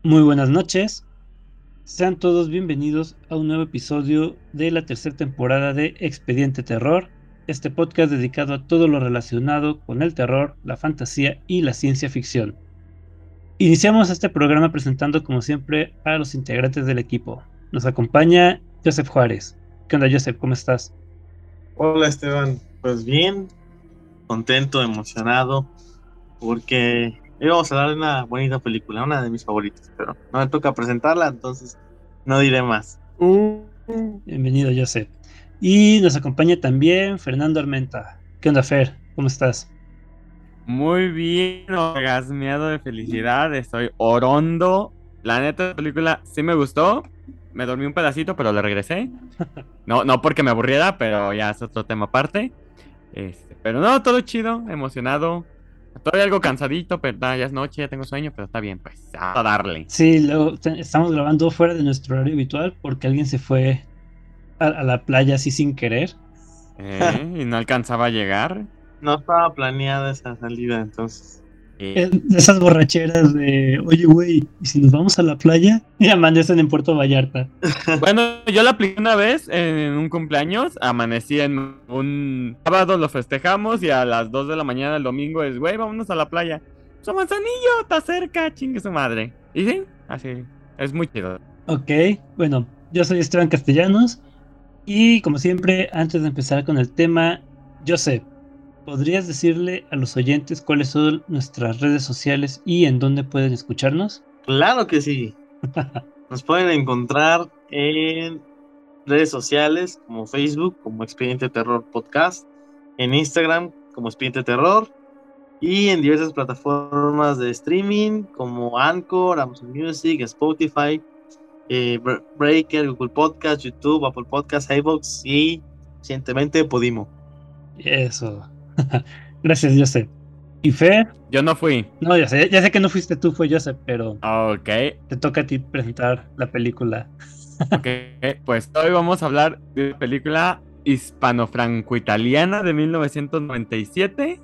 Muy buenas noches, sean todos bienvenidos a un nuevo episodio de la tercera temporada de Expediente Terror, este podcast dedicado a todo lo relacionado con el terror, la fantasía y la ciencia ficción. Iniciamos este programa presentando como siempre a los integrantes del equipo. Nos acompaña Joseph Juárez. ¿Qué onda, Joseph? ¿Cómo estás? Hola Esteban, pues bien, contento, emocionado, porque íbamos a hablar de una bonita película, una de mis favoritas, pero no me toca presentarla, entonces no diré más. Bienvenido, Joseph. Y nos acompaña también Fernando Armenta. ¿Qué onda, Fer? ¿Cómo estás? Muy bien, orgasmeado de felicidad, estoy orondo. La neta, la película sí me gustó. Me dormí un pedacito, pero le regresé. No porque me aburriera, pero ya es otro tema aparte. Pero no, todo chido, emocionado. Estoy algo cansadito, pero ya es noche, ya tengo sueño, pero está bien, pues a darle. Sí, luego estamos grabando fuera de nuestro horario habitual porque alguien se fue a la playa así sin querer. Y no alcanzaba a llegar. No estaba planeada esa salida, entonces. De esas borracheras de, oye, güey, ¿y si nos vamos a la playa? Y amanecen en Puerto Vallarta. Bueno, yo la apliqué una vez en un cumpleaños, amanecí en un sábado, lo festejamos y a las 2 de la mañana del domingo es, güey, vámonos a la playa. ¡Su Manzanillo, está cerca, chingue su madre! Y sí, así, es muy chido. Ok, bueno, yo soy Esteban Castellanos y como siempre, antes de empezar con el tema, Joseph, ¿podrías decirle a los oyentes cuáles son nuestras redes sociales y en dónde pueden escucharnos? Claro que sí, nos pueden encontrar en redes sociales como Facebook, como Expediente Terror Podcast, en Instagram como Expediente Terror y en diversas plataformas de streaming como Anchor, Amazon Music, Spotify, Breaker, Google Podcast, YouTube, Apple Podcast, iVoox y recientemente Podimo. Eso. Gracias, Joseph. ¿Y Fer? Yo no fui. No, ya sé que no fuiste tú, fue Joseph, pero Ok, te toca a ti presentar la película. ok, pues hoy vamos a hablar de una película hispano-franco-italiana de 1997,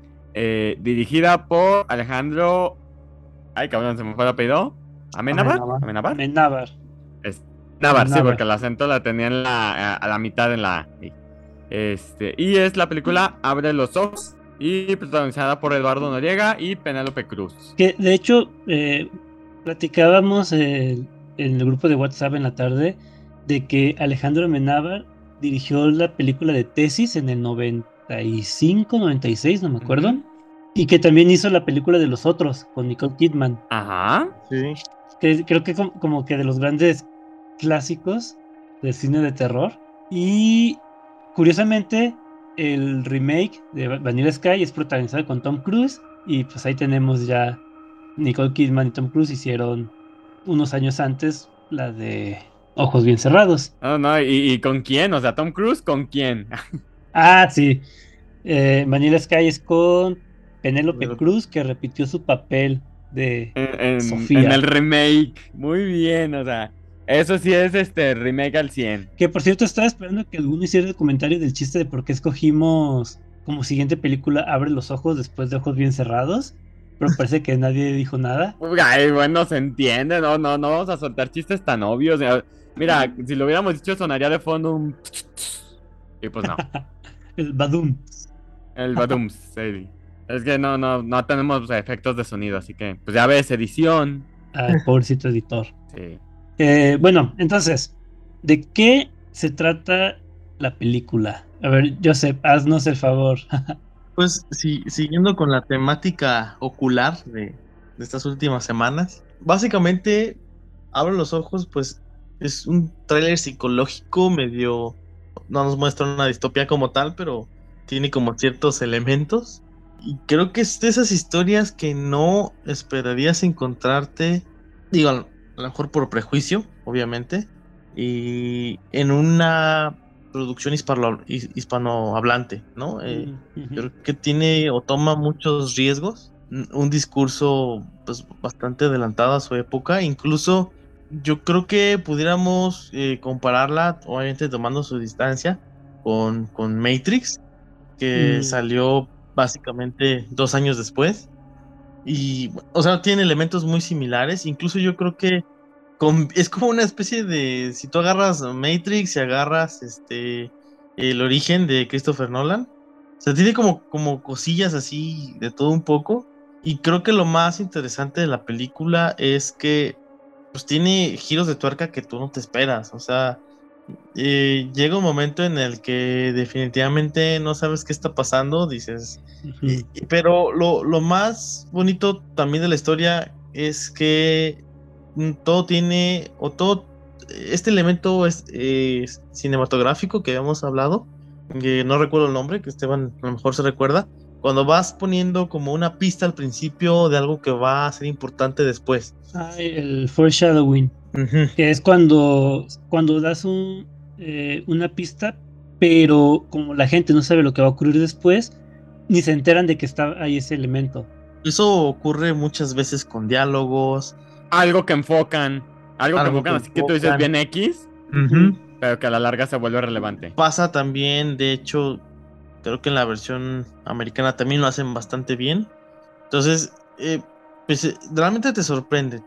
dirigida por Alejandro. Ay, cabrón, se me fue el apellido. ¿Amenábar? Amenábar. ¿Amenábar? Amenábar. Es Návar, sí, Amenábar. porque el acento la tenía en a la mitad en la A. Sí. Y es la película Abre los ojos y protagonizada por Eduardo Noriega y Penélope Cruz. Que de hecho, platicábamos en el grupo de WhatsApp en la tarde de que Alejandro Amenábar dirigió la película de Tesis en el 95, 96, no me acuerdo. Ujú. Y que también hizo la película de Los Otros con Nicole Kidman. Ajá. Sí. Que creo que como que de los grandes clásicos del cine de terror. Y curiosamente, el remake de Vanilla Sky es protagonizado con Tom Cruise. Y pues ahí tenemos ya Nicole Kidman y Tom Cruise hicieron unos años antes la de Ojos Bien Cerrados. No, no, ¿y con quién? O sea, Tom Cruise, ¿con quién? Ah, sí. Vanilla Sky es con Penélope Cruz, que repitió su papel de En el Sofía. remake. Muy bien, o sea, eso sí es remake al 100. Que por cierto, estaba esperando que alguno hiciera el comentario del chiste de por qué escogimos como siguiente película Abre los ojos después de Ojos Bien Cerrados, pero parece que nadie dijo nada. Ay, bueno, se entiende, no vamos a soltar chistes tan obvios. O sea, mira, si lo hubiéramos dicho sonaría de fondo un... Y pues no, El Badum. el badum, sí. Es que no tenemos efectos de sonido, así que, pues ya ves, edición. Ay, pobrecito editor. Sí. Bueno, entonces, ¿de qué se trata la película? A ver, Joseph, haznos el favor. Pues sí, siguiendo con la temática ocular de estas últimas semanas, básicamente Abro los ojos, pues es un tráiler psicológico medio, no nos muestra una distopía como tal, pero tiene como ciertos elementos. Y creo que es de esas historias que no esperarías encontrarte, digo, a lo mejor por prejuicio, obviamente, y en una producción hispanohablante, ¿no? Ujú. Creo que tiene o toma muchos riesgos, un discurso pues bastante adelantado a su época, incluso yo creo que pudiéramos compararla, obviamente tomando su distancia, con Matrix, que Mm, salió básicamente 2 años después. Y, o sea, tiene elementos muy similares. Incluso yo creo que es como una especie de, si tú agarras Matrix y agarras el origen de Christopher Nolan, o sea, tiene como cosillas así de todo un poco. Y creo que lo más interesante de la película es que pues tiene giros de tuerca que tú no te esperas. O sea, llega un momento en el que definitivamente no sabes qué está pasando, dices. Pero lo más bonito también de la historia es que todo tiene, o todo, este elemento es cinematográfico que habíamos hablado, que no recuerdo el nombre, que Esteban a lo mejor se recuerda, cuando vas poniendo como una pista al principio de algo que va a ser importante después. El foreshadowing, Ujú. que es cuando das una pista, pero como la gente no sabe lo que va a ocurrir después, ni se enteran de que está ahí ese elemento. Eso ocurre muchas veces con diálogos, Algo que enfocan, algo que así que tú dices enfocan. bien X, Ujú. pero que a la larga se vuelve relevante. Pasa también, de hecho, creo que en la versión americana también lo hacen bastante bien. Entonces, pues realmente te sorprende,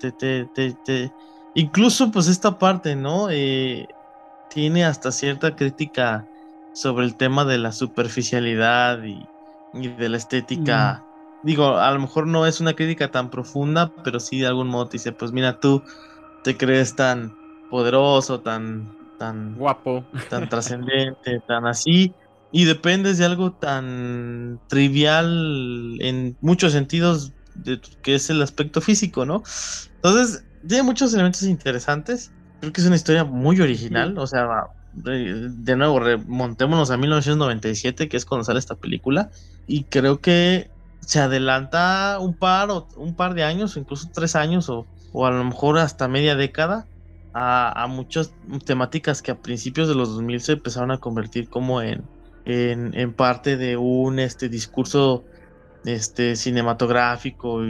incluso pues esta parte, ¿no? Tiene hasta cierta crítica sobre el tema de la superficialidad y de la Mm. estética. Digo, a lo mejor no es una crítica tan profunda, pero sí de algún modo te dice, pues mira, tú te crees tan poderoso, Guapo. tan trascendente, tan así, y dependes de algo tan trivial en muchos sentidos, que es el aspecto físico, ¿no? Entonces, tiene muchos elementos interesantes. Creo que es una historia muy original, o sea, de nuevo, remontémonos a 1997, que es cuando sale esta película, y creo que se adelanta un par de años, o incluso 3 años, o a lo mejor hasta media década a muchas temáticas que a principios de los 2000 se empezaron a convertir como en parte de un discurso cinematográfico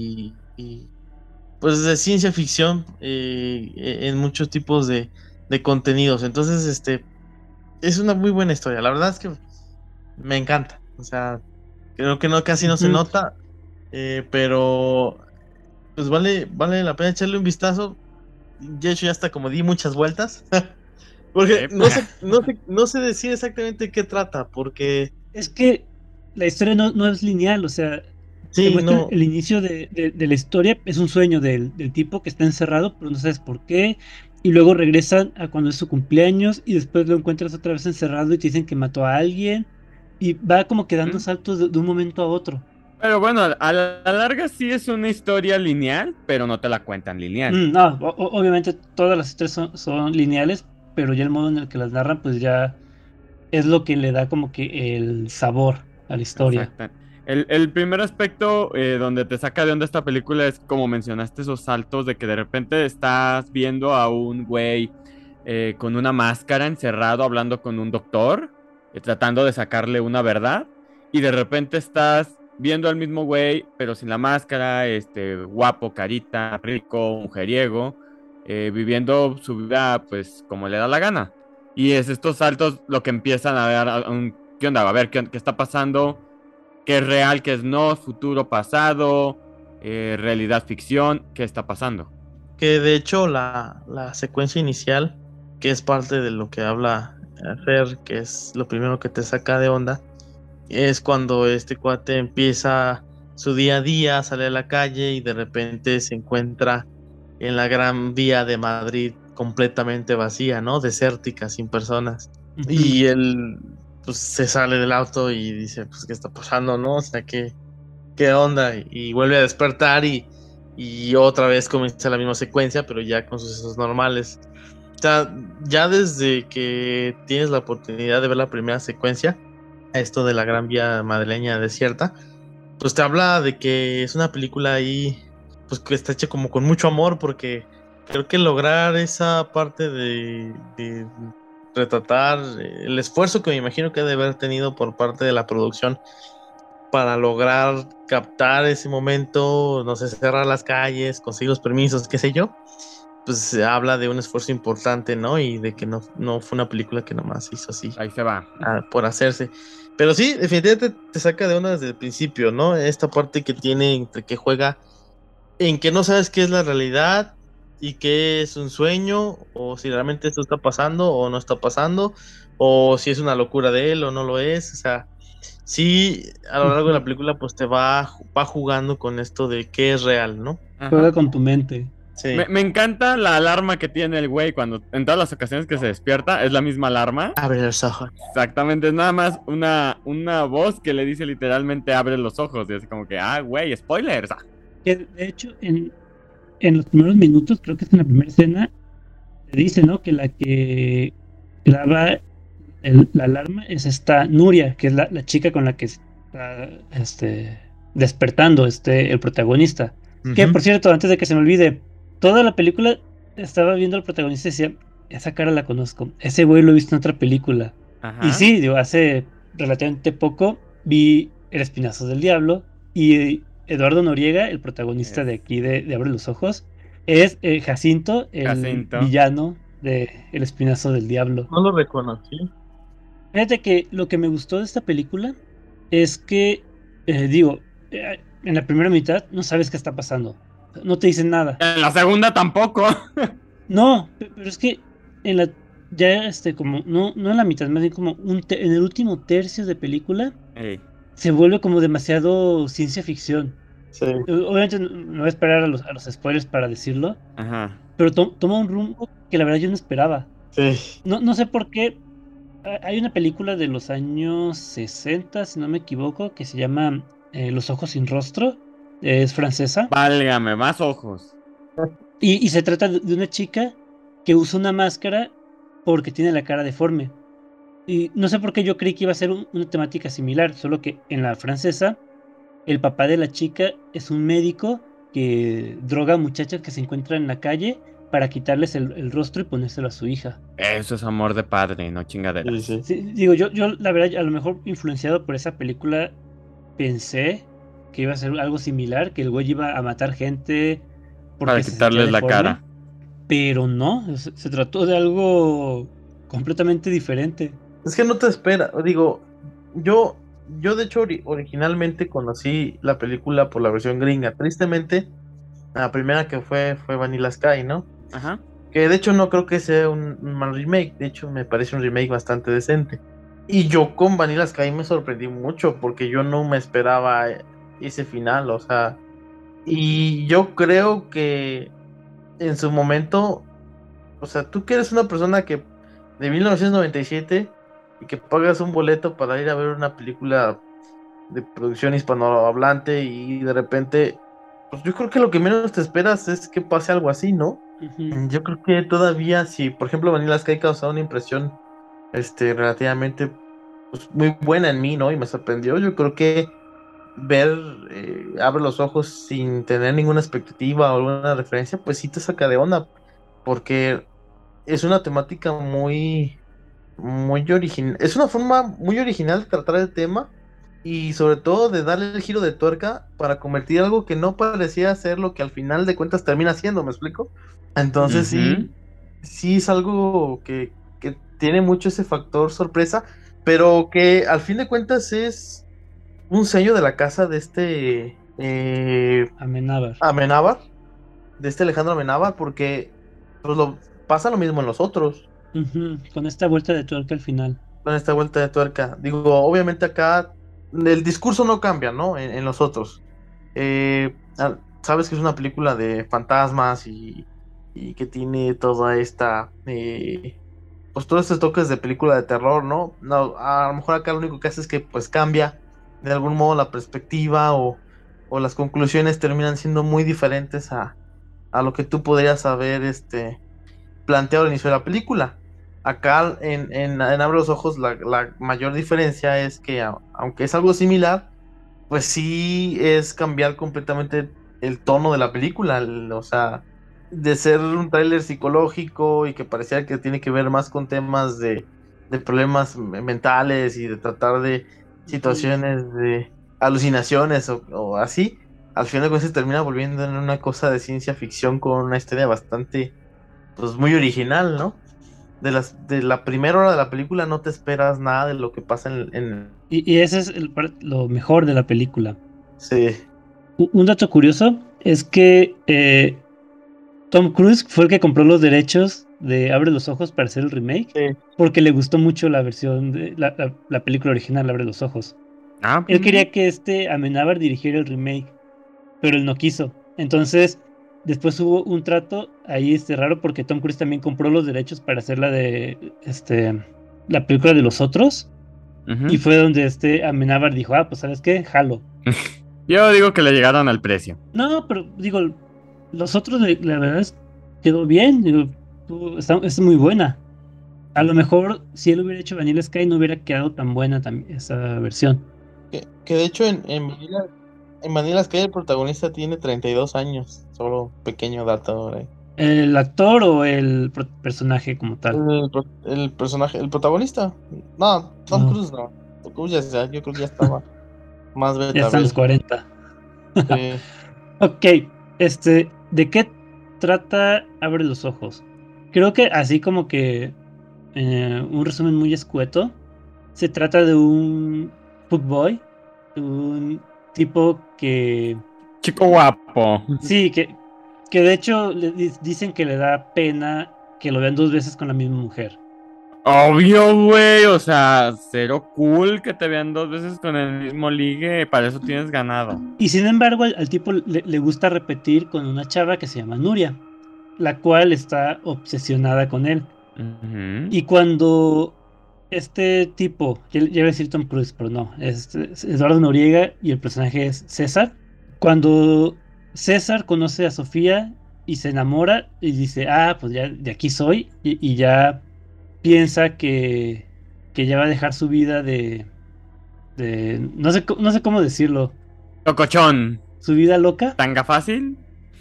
pues de ciencia ficción en muchos tipos de contenidos. Entonces, es una muy buena historia. La verdad es que me encanta. O sea, creo que no, casi no se Ujú. nota, pero pues vale la pena echarle un vistazo. De hecho, ya hasta como di muchas vueltas. Porque Sí. no sé decir exactamente qué trata, porque Es que la historia no es lineal, o sea, te sí, muestran no, el inicio de la historia, es un sueño del tipo que está encerrado, pero no sabes por qué, y luego regresan a cuando es su cumpleaños, y después lo encuentras otra vez encerrado y te dicen que mató a alguien, y va como que dando ¿Mm? saltos de un momento a otro. Pero bueno, a la larga sí es una historia lineal, pero no te la cuentan lineal. No, obviamente todas las historias son lineales, pero ya el modo en el que las narran, pues ya es lo que le da como que el sabor a la historia. Exacto. El primer aspecto donde te saca de onda esta película es como mencionaste esos saltos de que de repente estás viendo a un güey con una máscara encerrado hablando con un doctor, tratando de sacarle una verdad, y de repente estás viendo al mismo güey, pero sin la máscara, guapo, carita, rico, mujeriego, viviendo su vida pues como le da la gana. Y es estos saltos lo que empiezan a ver, ¿qué onda? A ver, ¿qué está pasando? ¿Qué es real, qué es no, futuro, pasado, realidad, ficción? ¿Qué está pasando? que de hecho la secuencia inicial, que es parte de lo que habla Fer, que es lo primero que te saca de onda, es cuando este cuate empieza su día a día, sale a la calle y de repente se encuentra en la Gran Vía de Madrid completamente vacía, ¿no? Desértica, sin personas. Ujú. Y él pues se sale del auto y dice, pues, ¿qué está pasando, no? O sea, ¿qué onda? Y vuelve a despertar y otra vez comienza la misma secuencia, pero ya con sucesos normales. O sea, ya desde que tienes la oportunidad de ver la primera secuencia, esto de la Gran Vía madrileña desierta, pues te habla de que es una película ahí, pues que está hecha como con mucho amor, porque creo que lograr esa parte de retratar el esfuerzo que me imagino que ha de haber tenido por parte de la producción para lograr captar ese momento, no sé, cerrar las calles, conseguir los permisos, qué sé yo, pues se habla de un esfuerzo importante, ¿no? Y de que no fue una película que nomás hizo así Ahí se va. por hacerse. Pero sí, definitivamente te saca de onda desde el principio, ¿no? Esta parte que tiene entre que juega en que no sabes qué es la realidad y qué es un sueño, o si realmente esto está pasando o no está pasando, o si es una locura de él o no lo es. O sea, sí, a lo largo de la película pues va jugando con esto de qué es real, ¿no? Juega Ajá. con tu mente. Sí. Me encanta la alarma que tiene el güey cuando en todas las ocasiones que se despierta es la misma alarma. Abre los ojos. Exactamente, es nada más una voz que le dice literalmente abre los ojos. Y así como que, güey, spoilers. Que de hecho, en los primeros minutos, creo que es en la primera escena, te dice, ¿no? Que la que graba la alarma es esta Nuria, que es la chica con la que está despertando el protagonista. Que por cierto, antes de que se me olvide, toda la película estaba viendo al protagonista y decía, esa cara la conozco, ese güey lo he visto en otra película. Ajá. Y sí, digo, hace relativamente poco vi El Espinazo del Diablo y Eduardo Noriega, el protagonista de aquí de Abre los Ojos, es Jacinto, el Jacinto. villano de El Espinazo del Diablo. No lo reconocí. Fíjate que lo que me gustó de esta película es que, en la primera mitad no sabes qué está pasando. No te dicen nada. En la segunda tampoco. No, pero es que en la ya como no en la mitad, más bien como en el último tercio de película Ey. se vuelve como demasiado ciencia ficción. Sí. Obviamente no voy a esperar a los spoilers para decirlo, Ajá. pero toma un rumbo que la verdad yo no esperaba. Sí. No sé por qué. Hay una película de los años 60, si no me equivoco, que se llama Los ojos sin rostro. Es francesa. Válgame, más ojos. Y se trata de una chica que usa una máscara porque tiene la cara deforme. Y no sé por qué yo creí que iba a ser una temática similar, solo que en la francesa, el papá de la chica es un médico que droga a muchachas que se encuentran en la calle para quitarles el rostro y ponérselo a su hija. Eso es amor de padre, no chingadera. Sí. Sí, digo, yo la verdad, a lo mejor influenciado por esa película, pensé que iba a ser algo similar, que el güey iba a matar gente porque Para se sentía quitarles la deforme, cara. pero no, se trató de algo completamente diferente. Es que no te espera, digo, yo de hecho originalmente conocí la película por la versión gringa. Tristemente, la primera que fue Vanilla Sky, ¿no? Ajá. Que de hecho no creo que sea un mal remake, de hecho me parece un remake bastante decente. Y yo con Vanilla Sky me sorprendí mucho porque yo no me esperaba ese final, o sea, y yo creo que en su momento, o sea, tú que eres una persona que de 1997 y que pagas un boleto para ir a ver una película de producción hispanohablante y de repente, pues yo creo que lo que menos te esperas es que pase algo así, ¿no? Ujú. Yo creo que todavía, si por ejemplo Vanilla Sky causó una impresión relativamente pues, muy buena en mí, ¿no? Y me sorprendió, yo creo que ver Abre los ojos sin tener ninguna expectativa o alguna referencia, pues sí te saca de onda, porque es una temática muy original, es una forma muy original de tratar el tema y sobre todo de darle el giro de tuerca para convertir algo que no parecía ser lo que al final de cuentas termina siendo, ¿me explico? Entonces sí es algo que tiene mucho ese factor sorpresa, pero que al fin de cuentas es un sello de la casa de Amenábar. Amenábar, de Alejandro Amenábar, porque pues pasa lo mismo en los otros, Ujú, con esta vuelta de tuerca al final. con esta vuelta de tuerca. Digo, obviamente acá el discurso no cambia, ¿no? En los otros. Sabes que es una película de fantasmas y que tiene toda esta, pues todos estos toques de película de terror, ¿no? No, a lo mejor acá lo único que hace es que pues cambia de algún modo la perspectiva o las conclusiones terminan siendo muy diferentes a lo que tú podrías haber planteado al inicio de la película. Acá en Abre los Ojos la mayor diferencia es que aunque es algo similar, pues sí es cambiar completamente el tono de la película, o sea, de ser un tráiler psicológico y que parecía que tiene que ver más con temas de problemas mentales y de tratar de situaciones de alucinaciones o así, al final de cuentas se termina volviendo en una cosa de ciencia ficción con una historia bastante pues muy original, ¿no? De la primera hora de la película no te esperas nada de lo que pasa Y ese es lo mejor de la película. Sí. Un dato curioso es que Tom Cruise fue el que compró los derechos de Abre los Ojos para hacer el remake, Sí. porque le gustó mucho la versión de la película original, Abre los Ojos. Ah, Él quería que Amenábar dirigiera el remake, pero él no quiso. Entonces, después hubo un trato ahí raro porque Tom Cruise también compró los derechos para hacer la película de los otros. Y fue donde Amenábar dijo, pues ¿sabes qué? Jalo. Yo digo que le llegaron al precio. No, pero digo, los otros la verdad es quedó bien. Digo, es muy buena. A lo mejor si él hubiera hecho Vanilla Sky no hubiera quedado tan buena esa versión. Que de hecho en Vanilla Sky el protagonista tiene 32 años. Solo pequeño dato ahora. ¿El actor o el personaje como tal? El personaje, el protagonista. No, Tom Cruise no. Tom Cruise yo creo que ya estaba más Ya beta. están los 40. Sí. Ok, ¿de qué trata Abre los Ojos? Creo que así como que un resumen muy escueto, se trata de un fuckboy, un tipo que Chico guapo. sí, que de hecho dicen que le da pena que lo vean 2 veces con la misma mujer. Obvio, güey. O sea, cero cool que te vean 2 veces con el mismo ligue. Para eso tienes ganado. Y sin embargo, al tipo le gusta repetir con una chava que se llama Nuria, la cual está obsesionada con él. Ujú. Y cuando este tipo, ya iba a decir Tom Cruise, pero no, es Eduardo Noriega y el personaje es César. Cuando César conoce a Sofía y se enamora y dice, pues ya de aquí soy, y ya piensa que ya va a dejar su vida no sé cómo decirlo, Locochón. su vida loca. ¿Tanga fácil?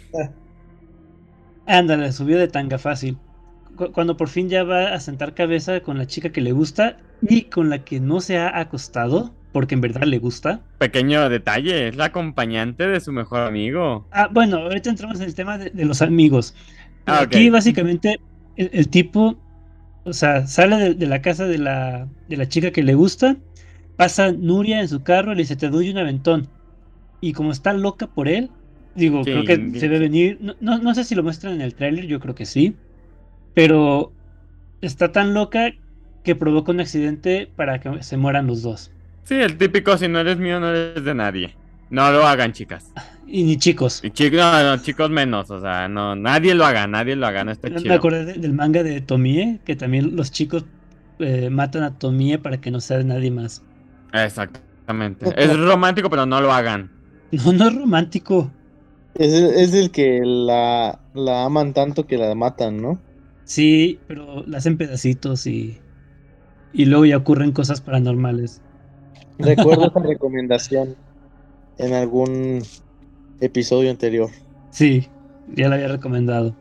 Ándale, su vida de tanga fácil. Cuando por fin ya va a sentar cabeza con la chica que le gusta y con la que no se ha acostado, porque en verdad le gusta. Pequeño detalle. Es la acompañante de su mejor amigo. Bueno, ahorita entramos en el tema de los amigos. Pero Ah, aquí ok. básicamente el tipo, o sea, sale de la casa de la chica que le gusta, pasa Nuria en su carro, le dice, te doy un aventón. Y como está loca por él, digo, creo que se ve venir, no sé si lo muestran en el tráiler, yo creo que sí, pero está tan loca que provoca un accidente para que se mueran los dos. Sí, el típico, si no eres mío, no eres de nadie. No lo hagan, chicas. Y ni chicos. Y chicos, no, chicos menos, o sea, no, nadie lo haga, no está Me chido. acordé del manga de Tomie, que también los chicos matan a Tomie para que no sea de nadie más. Exactamente. Es romántico, pero no lo hagan. No es romántico. Es el que la aman tanto que la matan, ¿no? Sí, pero la hacen pedacitos y luego ya ocurren cosas paranormales. Recuerdo esa recomendación en algún episodio anterior. Sí, ya la había recomendado.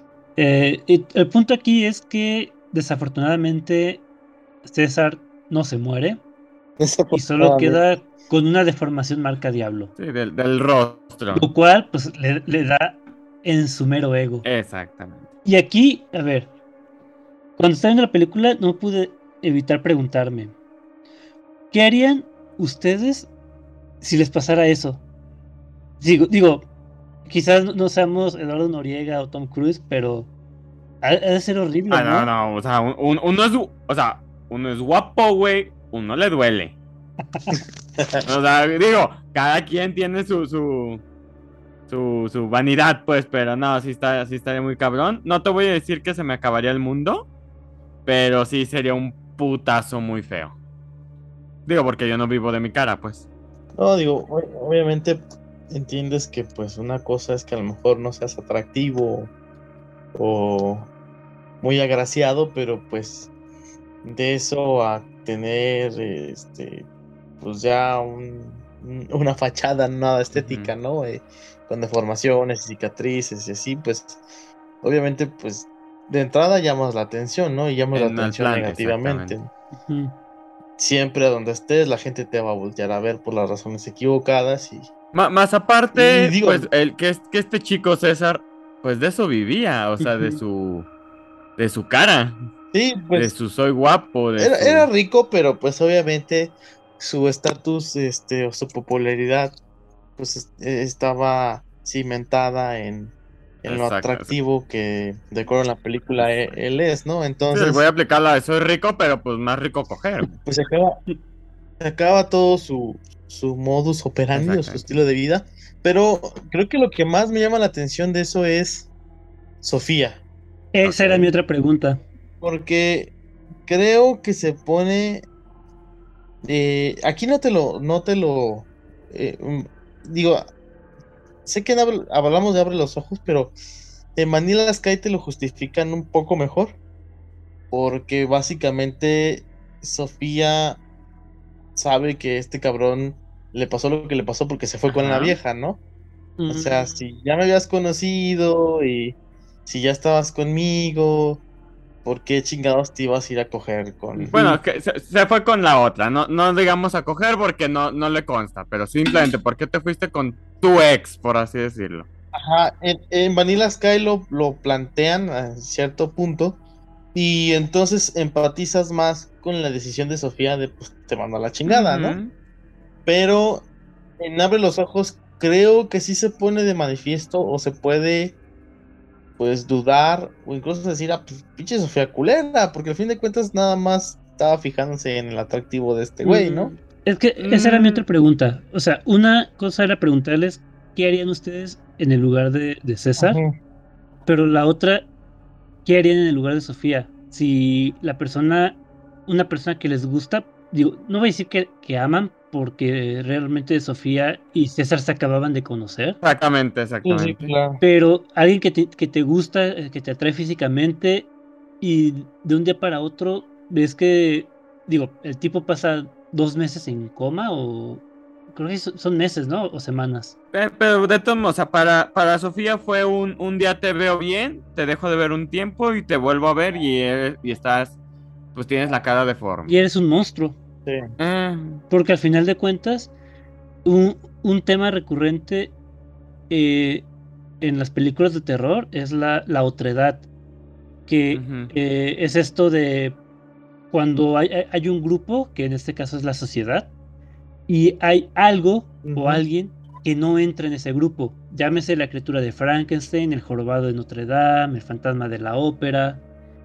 Y el punto aquí es que desafortunadamente César no se muere y solo queda con una deformación marca diablo. Sí, del rostro. Lo cual pues le da en su mero ego. Exactamente. Y aquí, a ver, cuando estaba viendo la película no pude evitar preguntarme, ¿qué harían ustedes si les pasara eso? Digo, quizás no seamos Eduardo Noriega o Tom Cruise, pero ha de ser horrible, ¿no? No, o sea, uno es guapo, güey, uno le duele. O sea, digo, cada quien tiene su vanidad, pues, pero no, sí estaría muy cabrón. No te voy a decir que se me acabaría el mundo, pero sí sería un putazo muy feo. Digo, porque yo no vivo de mi cara, pues. No, digo, obviamente entiendes que pues una cosa es que a lo mejor no seas atractivo o muy agraciado, pero pues de eso a tener pues ya una fachada nada estética, ¿no? Con deformaciones, cicatrices y así, pues obviamente pues de entrada llamas la atención, ¿no? Y llamas la atención negativamente. Siempre a donde estés la gente te va a voltear a ver por las razones equivocadas y... Más aparte, digo, pues que este chico César, pues de eso vivía, o sea, de su de su cara, Sí, de pues su soy guapo, de era su... rico, pero pues obviamente su estatus, o su popularidad, pues estaba cimentada en lo Exacto, exacto. atractivo que, de acuerdo a la película, él es, ¿no? Sí, el voy Entonces, a aplicar la de soy rico, pero pues más rico coger. pues se acaba todo su modus operandi o su Exactamente. estilo de vida, pero creo que lo que más me llama la atención de eso es Sofía, Ok. Esa era mi otra pregunta. porque creo que se pone, aquí no te lo, digo, sé que hablamos de Abre los Ojos, pero en Vanilla Sky te lo justifican un poco mejor, porque básicamente Sofía sabe que este cabrón le pasó lo que le pasó porque se fue con la Ajá. vieja, ¿no? O sea, Mm, si ya me habías conocido y si ya estabas conmigo, ¿por qué chingados te ibas a ir a coger con... ujú. Bueno, que se fue con la otra, no, no digamos a coger porque no le consta, pero simplemente, ¿por qué te fuiste con tu ex, por así decirlo? Ajá, en Vanilla Sky lo plantean a cierto punto y entonces empatizas más con la decisión de Sofía de pues te mando a la chingada, ¿no? Ujú. Pero en Abre los Ojos creo que sí se pone de manifiesto o se puede pues dudar o incluso decir, ah, pues pinche Sofía culera, porque al fin de cuentas nada más estaba fijándose en el atractivo de este güey, ¿no? Es que esa era mi Mm, otra pregunta. O sea, una cosa era preguntarles qué harían ustedes en el lugar de César, Ujú, pero la otra, ¿qué harían en el lugar de Sofía? Si la persona, una persona que les gusta, digo, no voy a decir que aman, porque realmente Sofía y César se acababan de conocer, exactamente, sí, sí, exactamente. claro. pero alguien que te gusta, que te atrae físicamente y de un día para otro ves que, digo, el tipo pasa 2 meses en coma o creo que son meses, ¿no? O semanas. Pero de todos modos, o sea, para Sofía fue un día te veo bien, te dejo de ver un tiempo y te vuelvo a ver y estás, pues tienes la cara Y deforme. eres un monstruo, Sí. Eh, porque al final de cuentas, un tema recurrente eh, en las películas de terror es la otredad, que ujú, es esto de cuando hay un grupo, que en este caso es la sociedad, y hay algo o Ujú. alguien que no entra en ese grupo. Llámese la criatura de Frankenstein, el jorobado de Notre Dame, el fantasma de la ópera.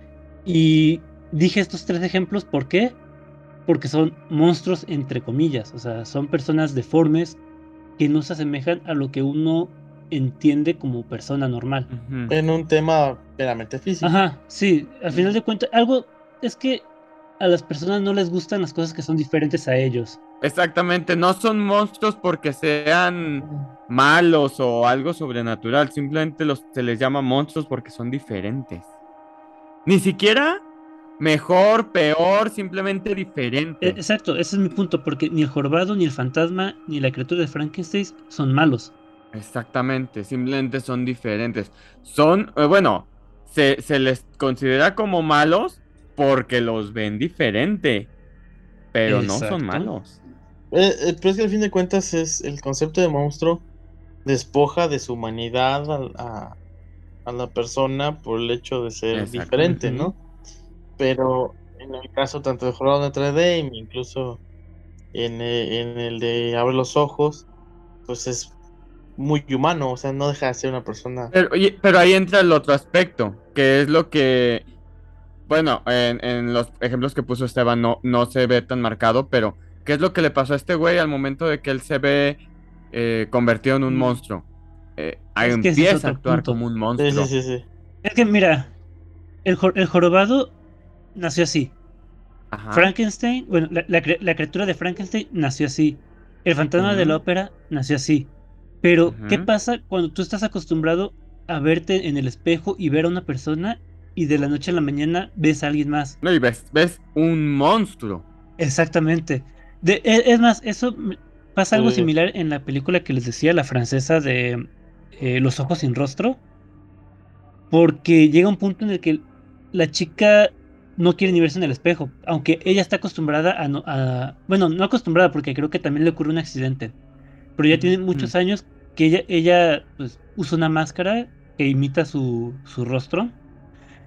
Y dije estos tres ejemplos, ¿por qué? Porque son monstruos entre comillas, o sea, son personas deformes que no se asemejan a lo que uno entiende como persona normal. ujú. En un tema meramente físico. Ajá, sí, al final de cuentas, algo es que a las personas no les gustan las cosas que son diferentes a ellos. Exactamente, no son monstruos porque sean malos o algo sobrenatural, simplemente se les llama monstruos porque son diferentes. Ni siquiera mejor, peor, simplemente diferentes. Exacto, ese es mi punto, porque ni el jorobado, ni el fantasma, ni la criatura de Frankenstein son malos. Exactamente, simplemente son diferentes. Son, bueno, se les considera como malos porque los ven diferente, pero no son Exacto. malos. Pero es que al fin de cuentas es el concepto de monstruo despoja de su humanidad a la persona por el hecho de ser diferente, Exactamente. Ujú. ¿no? Pero en el caso tanto de Jornada de Notre Dame, incluso en el de Abre los Ojos, pues es muy humano, o sea, no deja de ser una persona. Pero, oye, pero ahí entra el otro aspecto, que es lo que, bueno, en los ejemplos que puso Esteban no se ve tan marcado, pero ¿qué es lo que le pasó a este güey al momento de que él se ve convertido en un Mm, monstruo? Ahí Es que ese es empieza a otro actuar punto. como un Sí, sí, monstruo. sí, sí. Es que mira, el jorobado nació así. Ajá. Frankenstein, bueno, la criatura de Frankenstein nació así. El fantasma de la Ujú, ópera nació así. Pero, ¿qué ujú. pasa cuando tú estás acostumbrado a verte en el espejo y ver a una persona y de la noche a la mañana ves a alguien más? No, y ves un monstruo. Exactamente. Es más, pasa algo Sí. similar en la película que les decía, la francesa de Los ojos sin rostro, porque llega un punto en el que la chica no quiere ni verse en el espejo, aunque ella está acostumbrada bueno, no acostumbrada porque creo que también le ocurre un accidente, pero ya tiene Ujú. muchos años que ella pues, usa una máscara que imita su rostro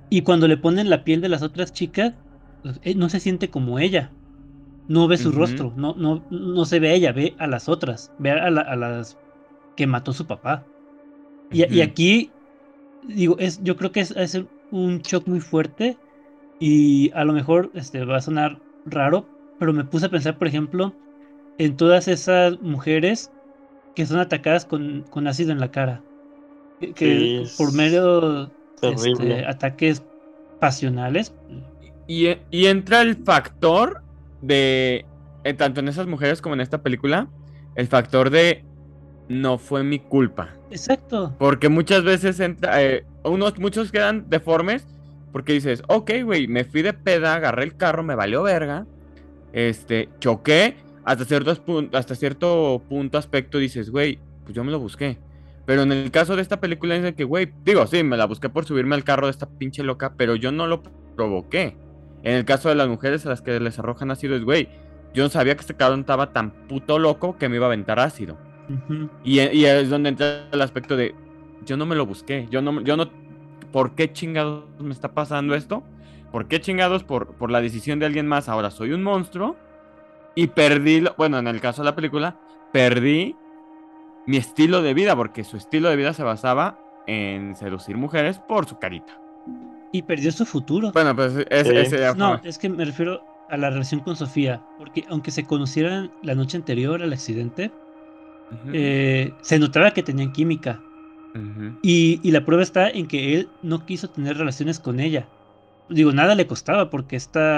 Y cuando le ponen la piel de las otras chicas, pues, no se siente como ella. No ve su Ujú, rostro, no se ve a ella, ve a las otras, ve a las que mató su papá. Y ujú. aquí, digo, yo creo que es un shock muy fuerte y a lo mejor va a sonar raro, pero me puse a pensar, por ejemplo, en todas esas mujeres que son atacadas con ácido en la cara, que Sí, por es medio terrible. ataques pasionales. Y entra el factor de, tanto en esas mujeres como en esta película, el factor de no fue mi culpa. Exacto. Porque muchas veces entra, muchos quedan deformes porque dices, ok, güey, me fui de peda, agarré el carro, me valió verga, choqué, hasta cierto punto aspecto dices, güey, pues yo me lo busqué. Pero en el caso de esta película es de que, güey, digo, sí, me la busqué por subirme al carro de esta pinche loca, pero yo no lo provoqué. En el caso de las mujeres a las que les arrojan ácido es, güey, yo no sabía que este cabrón estaba tan puto loco que me iba a aventar ácido. Ujú. Y es donde entra el aspecto de, yo no me lo busqué, yo no, ¿por qué chingados me está pasando esto? ¿Por qué chingados por la decisión de alguien más ahora soy un monstruo? Y perdí, bueno, en el caso de la película, perdí mi estilo de vida, porque su estilo de vida se basaba en seducir mujeres por su carita. Y perdió su futuro. Bueno, pues Sí. ese ya No, fue. es que me refiero a la relación con Sofía, porque aunque se conocieran la noche anterior al accidente, Ujú, se notaba que tenían química. ujú. Y la prueba está en que él no quiso tener relaciones con ella. Digo, nada le costaba porque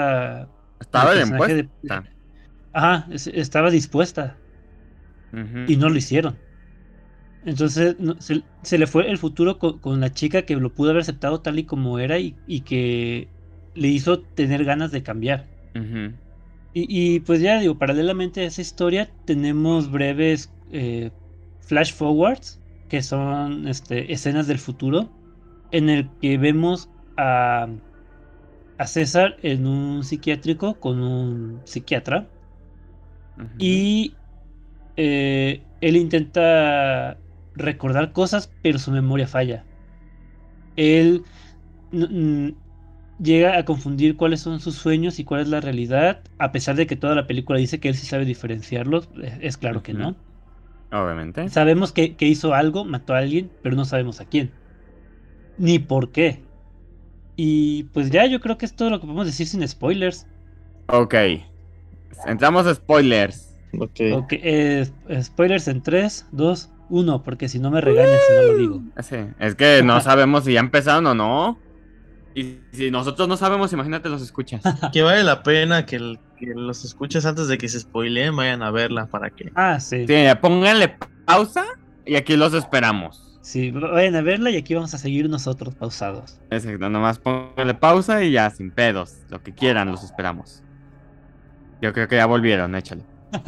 el Estaba bien personaje puesta. ajá, estaba dispuesta y Ujú, no lo hicieron. Entonces se le fue el futuro con la chica que lo pudo haber aceptado tal y como era y que le hizo tener ganas de cambiar. ujú, Y pues ya digo, paralelamente a esa historia tenemos breves flash forwards, que son escenas del futuro, en el que vemos a César en un psiquiátrico con un psiquiatra ujú, y él intenta recordar cosas, pero su memoria falla. Él n- n- llega a confundir cuáles son sus sueños y cuál es la realidad, a pesar de que toda la película dice que él sí sabe diferenciarlos, es claro que ujú. no. Obviamente. Sabemos que hizo algo, mató a alguien, pero no sabemos a quién, ni por qué. Y pues ya yo creo que es todo lo que podemos decir sin spoilers. Ok. Entramos a spoilers. Ok. Ok, spoilers en 3 2 1 porque si no me regañan si no lo digo. Sí, es que no sabemos si ya empezaron o no. Y si nosotros no sabemos, imagínate los escuchas. Que vale la pena que los escuches antes de que se spoileen, vayan a verla para que. Ah, sí. Sí, pónganle pausa y aquí los esperamos. Sí, vayan a verla y aquí vamos a seguir nosotros pausados. Exacto, nomás pónganle pausa y ya, sin pedos. Lo que quieran, los esperamos. Yo creo que ya volvieron, échale.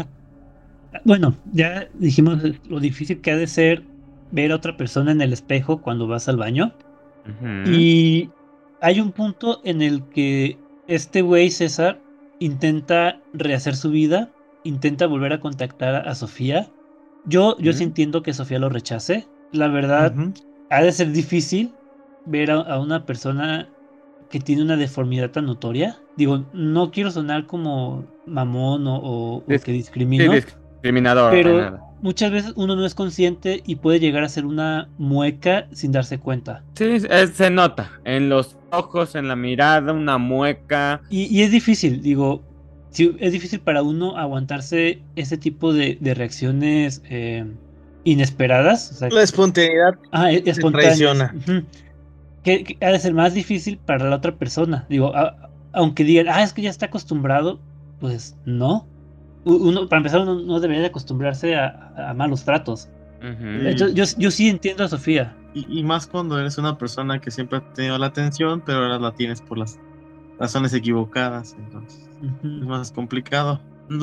Bueno, ya dijimos lo difícil que ha de ser ver a otra persona en el espejo cuando vas al baño. Ujú, Y hay un punto en el que este güey, César, intenta rehacer su vida, intenta volver a contactar a Sofía. Yo sí ujú, entiendo que Sofía lo rechace. La verdad, Ujú. ha de ser difícil ver a una persona que tiene una deformidad tan notoria. Digo, no quiero sonar como mamón o Dis- que sí, discrimino, discriminador, pero nada. muchas veces uno no es consciente y puede llegar a ser una mueca sin darse cuenta. Sí, se nota en los ojos, en la mirada, una mueca. Y es difícil, digo, sí, es difícil para uno aguantarse ese tipo de reacciones inesperadas, o sea, La espontaneidad te espontáneas, traiciona. ujú, que ha de ser más difícil para la otra persona. Digo, aunque digan, es que ya está acostumbrado, pues no. Uno, para empezar, uno no debería de acostumbrarse a malos tratos. Ujú, Y, Entonces, yo sí entiendo a Sofía. y más cuando eres una persona que siempre ha tenido la atención, pero ahora la tienes por las razones equivocadas. Entonces es Ujú. más complicado.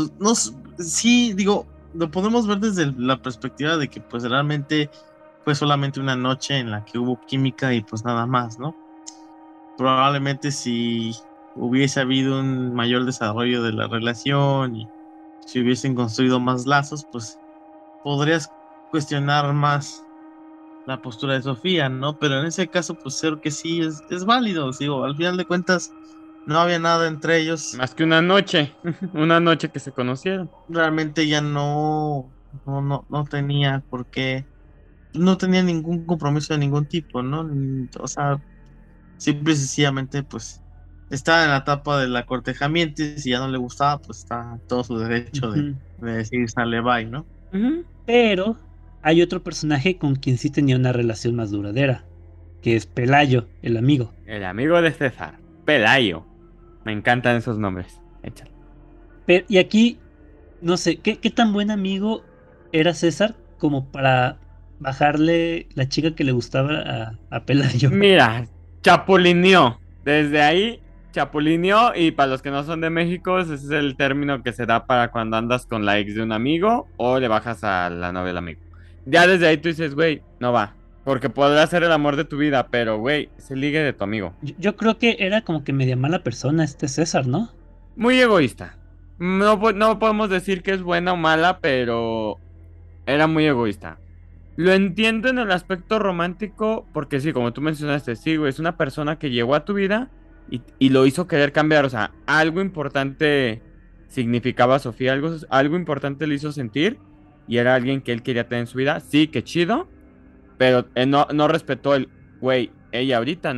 Sí, digo, lo podemos ver desde la perspectiva de que pues realmente fue solamente una noche en la que hubo química y pues nada más, ¿no? Probablemente si hubiese habido un mayor desarrollo de la relación y si hubiesen construido más lazos, pues podrías cuestionar más la postura de Sofía, ¿no? Pero en ese caso, pues creo que sí es válido, digo, al final de cuentas no había nada entre ellos, Más que una noche, una noche que se conocieron. realmente ya no tenía por qué, no tenía ningún compromiso de ningún tipo, ¿no? O sea, simple y sencillamente, pues, estaba en la etapa del acortejamiento y si ya no le gustaba, pues está en todo su derecho Ujú. de decir sale bye, ¿no? Ujú. Pero hay otro personaje con quien sí tenía una relación más duradera, que es Pelayo, el amigo. El amigo de César, Pelayo. Me encantan esos nombres. Échale. Y aquí, no sé, ¿qué tan buen amigo era César como para bajarle la chica que le gustaba a Pelayo? Mira, chapulineó. Desde ahí, chapulineó. Y para los que no son de México, ese es el término que se da para cuando andas con la ex de un amigo o le bajas a la novia del amigo. Ya desde ahí tú dices, güey, no va. Porque podrá ser el amor de tu vida, pero, güey, es el ligue de tu amigo. Yo creo que era como que media mala persona este César, ¿no? Muy egoísta. No, no podemos decir que es buena o mala, pero era muy egoísta. Lo entiendo en el aspecto romántico, porque sí, como tú mencionaste, sí, güey, es una persona que llegó a tu vida y lo hizo querer cambiar. O sea, algo importante significaba a Sofía, algo importante le hizo sentir y era alguien que él quería tener en su vida. Sí, qué chido, pero no respetó el, güey, ella ahorita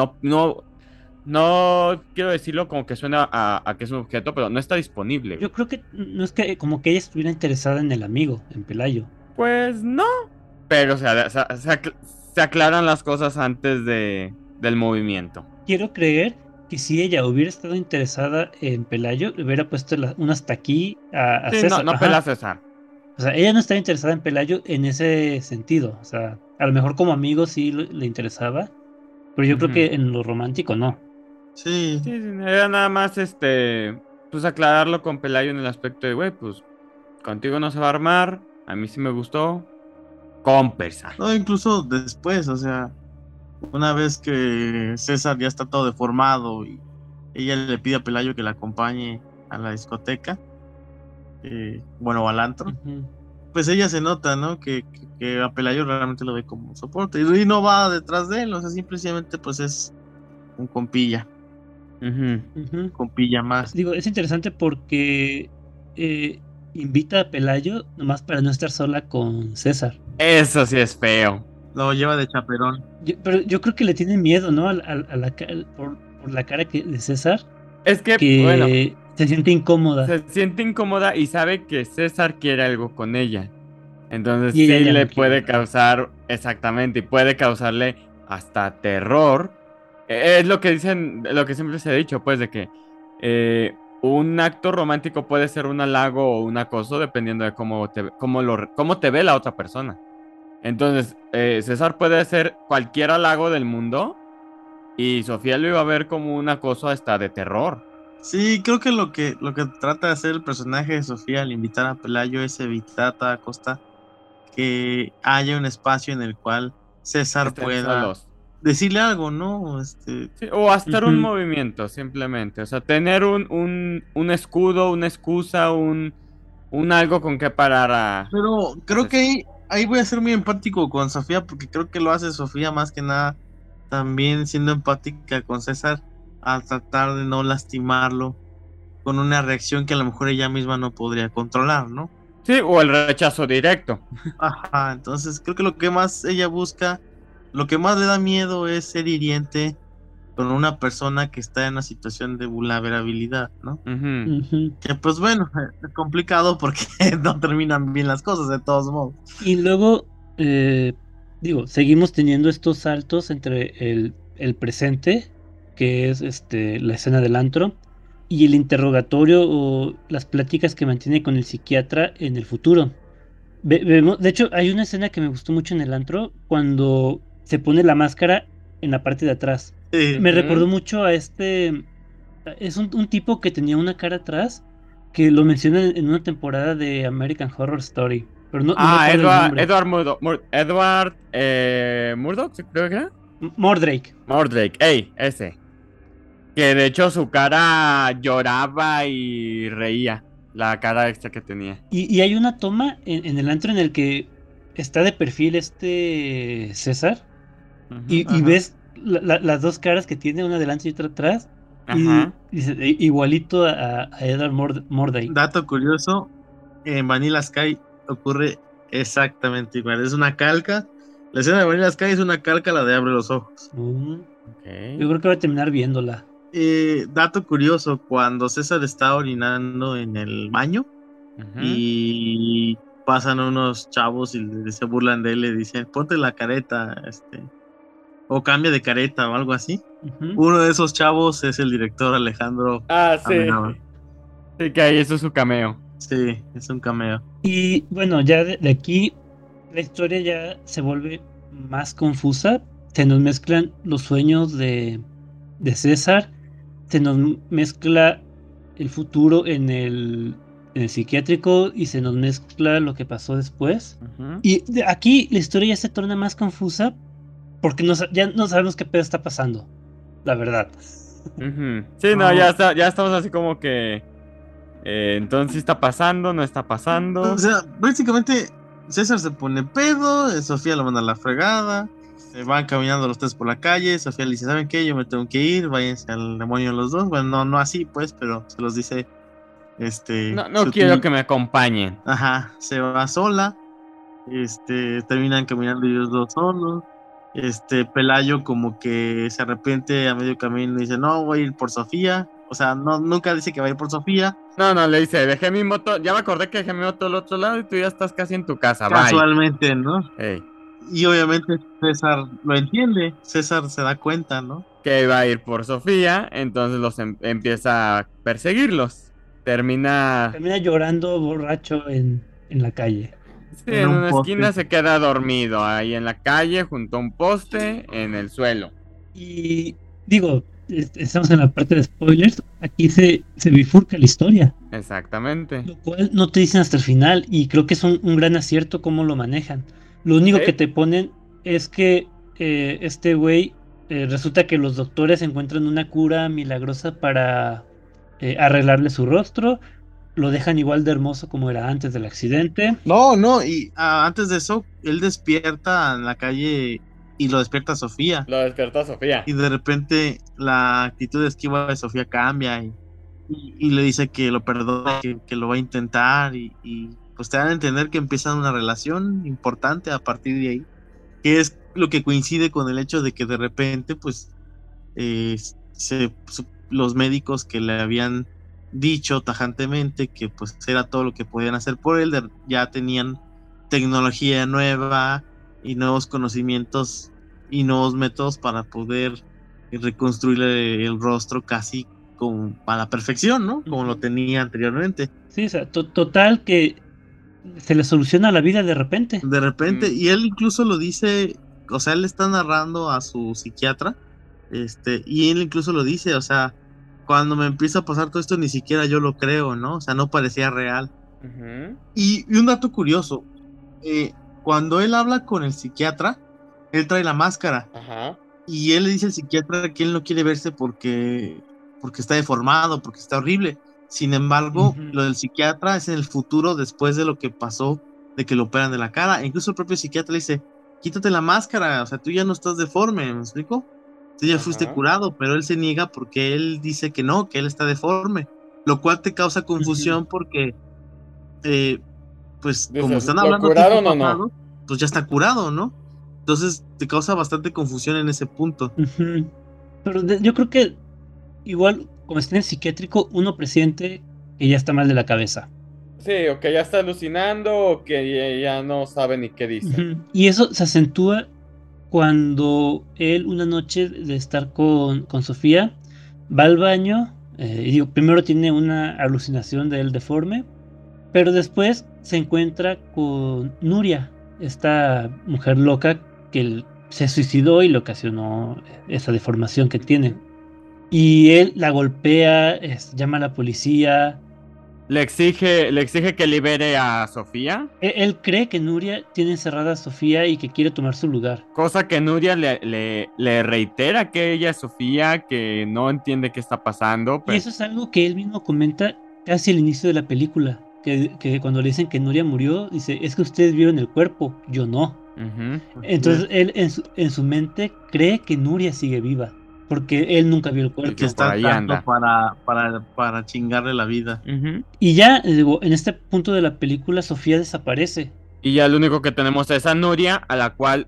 no quiero decirlo como que suena a que es un objeto, pero no está disponible, Yo güey. creo que no es que como que ella estuviera interesada en el amigo, en Pelayo. Pues no, pero o sea, se aclaran las cosas antes del movimiento. Quiero creer que si ella hubiera estado interesada en Pelayo, le hubiera puesto un hasta aquí a Sí, no, César. no pela Ajá. César. O sea, ella no estaba interesada en Pelayo en ese sentido. O sea, a lo mejor como amigo sí le interesaba, pero yo creo Ujú. que en lo romántico no. Sí, Sí, sí, era nada más pues aclararlo con Pelayo en el aspecto de, güey, pues contigo no se va a armar, a mí sí me gustó, conversa. no, incluso después, o sea, una vez que César ya está todo deformado y ella le pide a Pelayo que la acompañe a la discoteca, bueno, al antro, Ujú. pues ella se nota, ¿no? Que a Pelayo realmente lo ve como soporte y no va detrás de él, o sea, simplemente pues es un Ujú. Ujú. compilla más. Digo, es interesante porque eh, invita a Pelayo nomás para no estar sola con César. Eso sí es feo. Lo lleva de chaperón. Pero yo creo que le tiene miedo, ¿no? Por la cara de César, Es que, bueno, que se siente incómoda se siente incómoda y sabe que César quiere algo con ella. Entonces y ella sí ya le no quiere puede nada. causar, exactamente, y puede causarle hasta terror. Es lo que dicen, lo que siempre se ha dicho, pues, de que un acto romántico puede ser un halago o un acoso dependiendo de cómo te ve la otra persona. Entonces, César puede hacer cualquier halago del mundo y Sofía lo iba a ver como un acoso hasta de terror. Sí, creo que lo que trata de hacer el personaje de Sofía al invitar a Pelayo es evitar a toda costa que haya un espacio en el cual César Estén pueda solos. decirle algo, ¿no? Sí, o hacer un Ujú. movimiento, simplemente. O sea, tener un escudo, una excusa, un algo con que parar Pero a creo que César. ahí voy a ser muy empático con Sofía porque creo que lo hace Sofía más que nada también siendo empática con César al tratar de no lastimarlo con una reacción que a lo mejor ella misma no podría controlar, ¿no? Sí, o el rechazo directo. Ajá, entonces creo que lo que más ella busca, lo que más le da miedo es ser hiriente con una persona que está en una situación de vulnerabilidad, ¿no? Ujú. Ujú. Que pues bueno, es complicado porque no terminan bien las cosas de todos modos. Y luego, eh, digo, seguimos teniendo estos saltos entre el presente, que es la escena del antro, y el interrogatorio o las pláticas que mantiene con el psiquiatra en el futuro. De hecho, hay una escena que me gustó mucho en el antro cuando se pone la máscara en la parte de atrás. Me recordó Ujú. mucho a es un tipo que tenía una cara atrás que lo menciona en una temporada de American Horror Story, pero no Ah, recuerdo el nombre. Edward Murdoch, sí, creo que era. Mordrake. Mordrake, ey, ese. Que de hecho su cara lloraba y reía. La cara extra que tenía. Y hay una toma en el antro en el que está de perfil César y Ajá. ves las dos caras que tiene, una delante y otra atrás, y Ajá. dice, igualito a Edward Mordey. Dato curioso, en Vanilla Sky ocurre exactamente igual. Es una calca. La escena de Vanilla Sky es una calca a la de Abre los ojos. Yo creo que voy a terminar viéndola. Dato curioso, cuando César está orinando en el baño Ujú. y pasan unos chavos y se burlan de él, le dicen, ponte la careta, o cambia de careta o algo así. Ujú. Uno de esos chavos es el director Alejandro Ah, sí. Amenábar. Sí, que ahí eso es su cameo. Sí, es un cameo. Y bueno, ya de aquí la historia ya se vuelve más confusa. Se nos mezclan los sueños de César, se nos mezcla el futuro en el psiquiátrico y se nos mezcla lo que pasó después. Ujú. Y aquí la historia ya se torna más confusa porque ya no sabemos qué pedo está pasando, la verdad. Ujú. Sí, no, ya estamos así como que. Entonces, ¿sí está pasando? ¿No está pasando? O sea, básicamente César se pone pedo, Sofía lo manda a la fregada, se van caminando los tres por la calle, Sofía le dice, ¿saben qué? Yo me tengo que ir, váyanse al demonio los dos. Bueno, no así pues, pero se los dice, No quiero que me acompañen. Ajá, se va sola, terminan caminando ellos dos solos. Pelayo como que se arrepiente a medio camino y dice, no, voy a ir por Sofía. O sea, no, nunca dice que va a ir por Sofía. No, le dice, dejé mi moto, ya me acordé que dejé mi moto al otro lado y tú ya estás casi en tu casa, bye. Casualmente, ¿no? Ey, Y obviamente César lo entiende, César se da cuenta, ¿no? que iba a ir por Sofía, entonces los empieza a perseguirlos. Termina llorando borracho en la calle. sí, En en un una poste. esquina, se queda dormido ahí en la calle, junto a un poste, en el suelo. Y digo, estamos en la parte de spoilers, aquí se bifurca la historia, Exactamente. lo cual no te dicen hasta el final y creo que es un gran acierto cómo lo manejan. Lo único Sí. que te ponen es que este güey resulta que los doctores encuentran una cura milagrosa para arreglarle su rostro, lo dejan igual de hermoso como era antes del accidente. No, y antes de eso, él despierta en la calle y lo despierta a Sofía. Lo despertó a Sofía. Y de repente la actitud de esquiva de Sofía cambia y le dice que lo perdona, que lo va a intentar y pues te dan a entender que empiezan una relación importante a partir de ahí, que es lo que coincide con el hecho de que de repente pues los médicos que le habían dicho tajantemente que pues era todo lo que podían hacer por él, ya tenían tecnología nueva y nuevos conocimientos y nuevos métodos para poder reconstruirle el rostro casi a la perfección, ¿no? Como lo tenía anteriormente. Sí, o sea, total que se le soluciona la vida de repente. De repente, y él incluso lo dice, o sea, él le está narrando a su psiquiatra, y él incluso lo dice, o sea, cuando me empieza a pasar todo esto ni siquiera yo lo creo, ¿no? O sea, no parecía real. Ujú. Y un dato curioso, cuando él habla con el psiquiatra, él trae la máscara. Ajá. Y él le dice al psiquiatra que él no quiere verse porque está deformado, porque está horrible. Sin embargo, lo del psiquiatra es en el futuro, después de lo que pasó, de que lo operan de la cara. E incluso el propio psiquiatra le dice, quítate la máscara, o sea, tú ya no estás deforme, ¿me explico? Tú ya fuiste curado, pero él se niega porque él dice que no, que él está deforme. Lo cual te causa confusión porque, pues, Dices, como están ¿lo hablando curaron tiempo o no? pasado, pues ya está curado, ¿no? Entonces te causa bastante confusión en ese punto. Pero yo creo que igual, como está en el psiquiátrico, uno presiente que ya está mal de la cabeza. Sí, o que ya está alucinando o que ya no sabe ni qué dice. Y eso se acentúa cuando él, una noche de estar con Sofía, va al baño y digo, primero tiene una alucinación de él deforme, pero después se encuentra con Nuria, esta mujer loca que se suicidó y le ocasionó esa deformación que tiene. Y él la golpea, llama a la policía. Le exige que libere a Sofía. Él cree que Nuria tiene encerrada a Sofía y que quiere tomar su lugar. Cosa que Nuria le reitera que ella es Sofía, que no entiende qué está pasando. Y eso es algo que él mismo comenta casi al inicio de la película, que cuando le dicen que Nuria murió, dice, es que ustedes vieron el cuerpo, yo no. Ujú. Entonces él en su mente cree que Nuria sigue viva, porque él nunca vio el Y cuerpo. que está por ahí al tanto anda. para chingarle la vida. Ujú. Y ya, digo, en este punto de la película, Sofía desaparece. Y ya lo único que tenemos es a Nuria, a la cual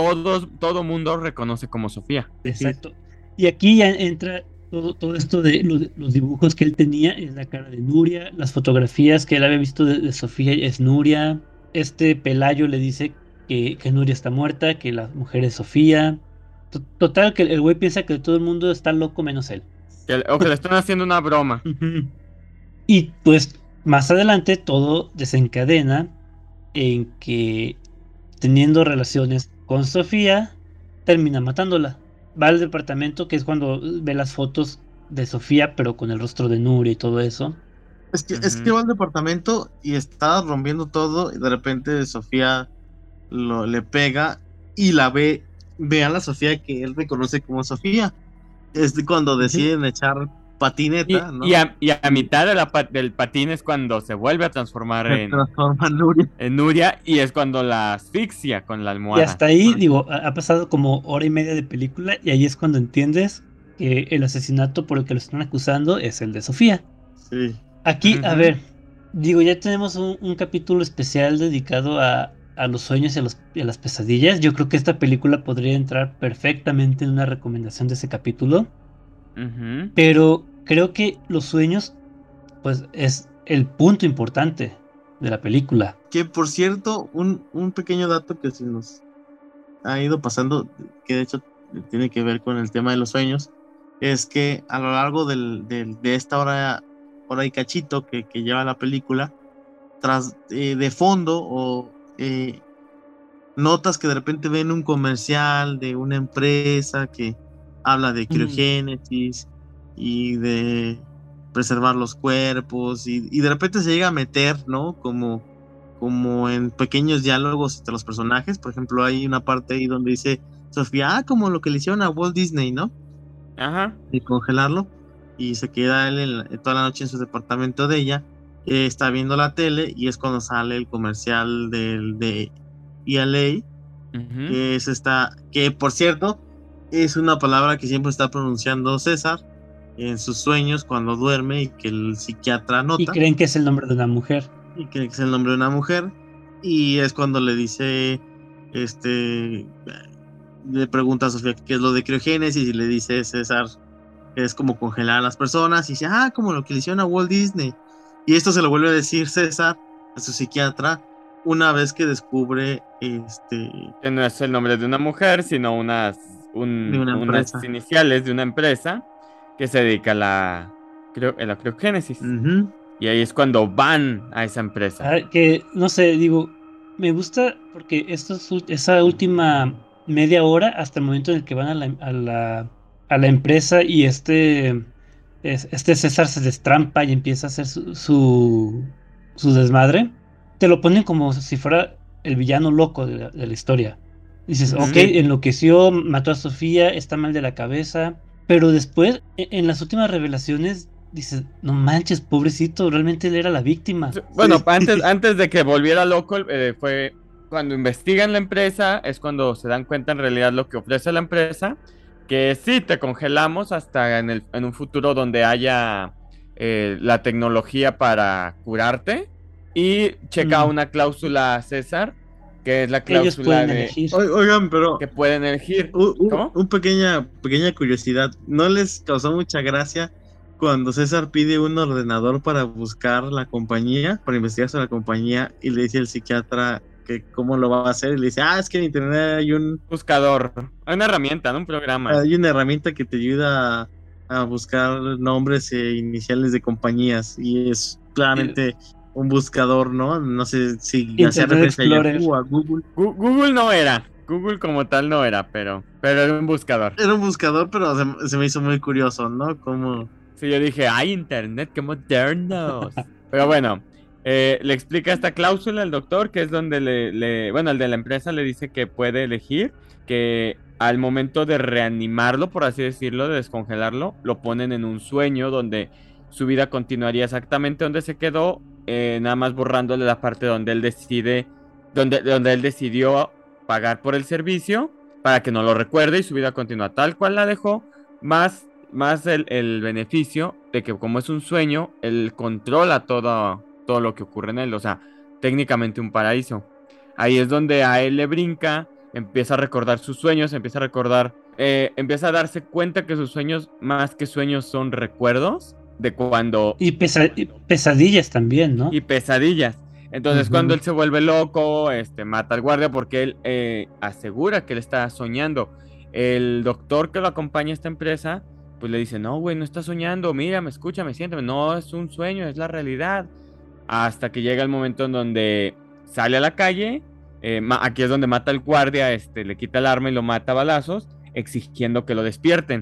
todo mundo reconoce como Sofía. Exacto. Y aquí ya entra todo esto de los dibujos que él tenía, es la cara de Nuria, las fotografías que él había visto de Sofía es Nuria. Este Pelayo le dice que Nuria está muerta, que la mujer es Sofía. Total, que el güey piensa que todo el mundo está loco menos él. O que le están haciendo una broma. Ujú. Y pues más adelante todo desencadena en que teniendo relaciones con Sofía, termina matándola. Va al departamento, que es cuando ve las fotos de Sofía, pero con el rostro de Nuria y todo eso. Es que va al departamento y está rompiendo todo y de repente Sofía le pega y ve a la Sofía que él reconoce como Sofía. Es de cuando deciden echar patineta, ¿no? Y a mitad del patín es cuando se vuelve a transformar Se transforma en Nuria. en Nuria y es cuando la asfixia con la Y almohada. hasta ahí, digo, ha pasado como hora y media de película y ahí es cuando entiendes que el asesinato por el que lo están acusando es el de Sofía. Sí. Aquí, a Ujú. ver, digo, ya tenemos un capítulo especial dedicado a los sueños y a las pesadillas. Yo creo que esta película podría entrar perfectamente en una recomendación de ese capítulo. Ujú. Pero creo que los sueños, pues, es el punto importante de la película. Que por cierto, un pequeño dato que se nos ha ido pasando, que de hecho tiene que ver con el tema de los sueños, es que a lo largo de esta hora y cachito que lleva la película, tras de fondo o notas que de repente ven un comercial de una empresa que habla de criogénesis y de preservar los cuerpos y de repente se llega a meter, ¿no? Como en pequeños diálogos entre los personajes. Por ejemplo, hay una parte ahí donde dice Sofía, como lo que le hicieron a Walt Disney, ¿no? Ajá. Y congelarlo. Y se queda él toda la noche en su departamento de ella. Está viendo la tele y es cuando sale el comercial de ELA, Ujú. que es que por cierto, es una palabra que siempre está pronunciando César en sus sueños cuando duerme y que el psiquiatra Y nota. creen que es el nombre de una mujer. Y que es el nombre de una mujer. Y es cuando le dice, le pregunta a Sofía qué es lo de criogénesis y le dice César que es como congelar a las personas y dice, como lo que le hicieron a Walt Disney. Y esto se lo vuelve a decir César a su psiquiatra una vez que descubre Que no es el nombre de una mujer, sino de una unas empresa. iniciales de una empresa que se dedica a la criogénesis. Ujú. Y ahí es cuando van a esa empresa. Que, no sé, digo, me gusta porque esa última media hora, hasta el momento en el que van a la empresa y este César se destrampa y empieza a hacer su desmadre, te lo ponen como si fuera el villano loco de la historia. Dices, Ujú. ok, enloqueció, mató a Sofía, está mal de la cabeza, pero después, en las últimas revelaciones, dices, no manches, pobrecito, realmente él era la víctima. Bueno, Sí. antes de que volviera loco, fue cuando investigan la empresa, es cuando se dan cuenta en realidad lo que ofrece la empresa, que sí, te congelamos hasta en un futuro donde haya la tecnología para curarte y checa Mm. una cláusula, César, que es la Ellos cláusula pueden de elegir. Oigan, pero que pueden elegir. ¿Cómo? un pequeña curiosidad. ¿No les causó mucha gracia cuando César pide un ordenador para buscar la compañía, para investigar sobre la compañía, y le dice el psiquiatra que cómo lo va a hacer? Y le dice, es que en internet Buscador. Hay una herramienta, ¿no? Un programa. hay una herramienta que te ayuda a buscar nombres e iniciales de compañías, y es claramente un buscador, ¿no? No sé si hacía Internet referencia a Explorer. Yahoo o a Google. Google no era. Google como tal no era, pero era un buscador. Era un buscador, pero se me hizo muy curioso, ¿no? Como Sí, yo dije, ¡ay, internet, qué modernos! Pero bueno, le explica esta cláusula al doctor, que es donde bueno, el de la empresa le dice que puede elegir, que al momento de reanimarlo, por así decirlo, de descongelarlo, lo ponen en un sueño donde su vida continuaría exactamente donde se quedó, nada más borrándole la parte donde él donde él decidió pagar por el servicio para que no lo recuerde y su vida continúa tal cual la dejó, más el beneficio de que como es un sueño, él controla todo lo que ocurre en él, o sea, técnicamente un paraíso. Ahí es donde a él le brinca, empieza a recordar sus sueños, empieza a darse cuenta que sus sueños, más que sueños, son recuerdos de cuando... Y pesadillas también, ¿no? Y pesadillas. Entonces, cuando él se vuelve loco, mata al guardia porque él asegura que él está soñando. El doctor que lo acompaña a esta empresa, pues le dice, no, güey, no estás soñando, mírame, escúchame, siéntame, no es un sueño, es la realidad. Hasta que llega el momento en donde sale a la calle, aquí es donde mata al guardia, le quita el arma y lo mata a balazos, exigiendo que lo despierten.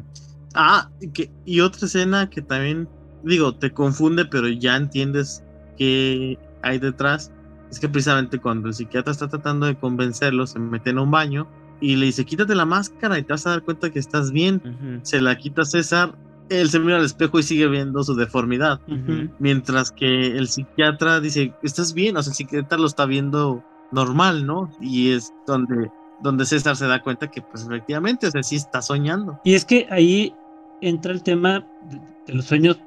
Y otra escena que también, digo, te confunde, pero ya entiendes qué hay detrás. Es que precisamente cuando el psiquiatra está tratando de convencerlo, se mete en un baño y le dice, quítate la máscara y te vas a dar cuenta que estás bien. Se la quita César, él se mira al espejo y sigue viendo su deformidad. Mientras que el psiquiatra dice, estás bien, o sea, el psiquiatra lo está viendo normal, ¿no? Y es donde César se da cuenta que pues efectivamente, o sea, sí está soñando. Y es que ahí entra el tema de los sueños.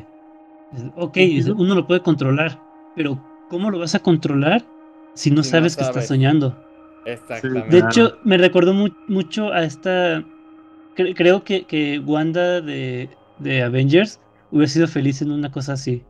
Ok, uno lo puede controlar, pero ¿cómo lo vas a controlar si no sabes que estás soñando? Exactamente. De hecho, me recordó mucho a esta... Creo que Wanda de Avengers hubiera sido feliz en una cosa así.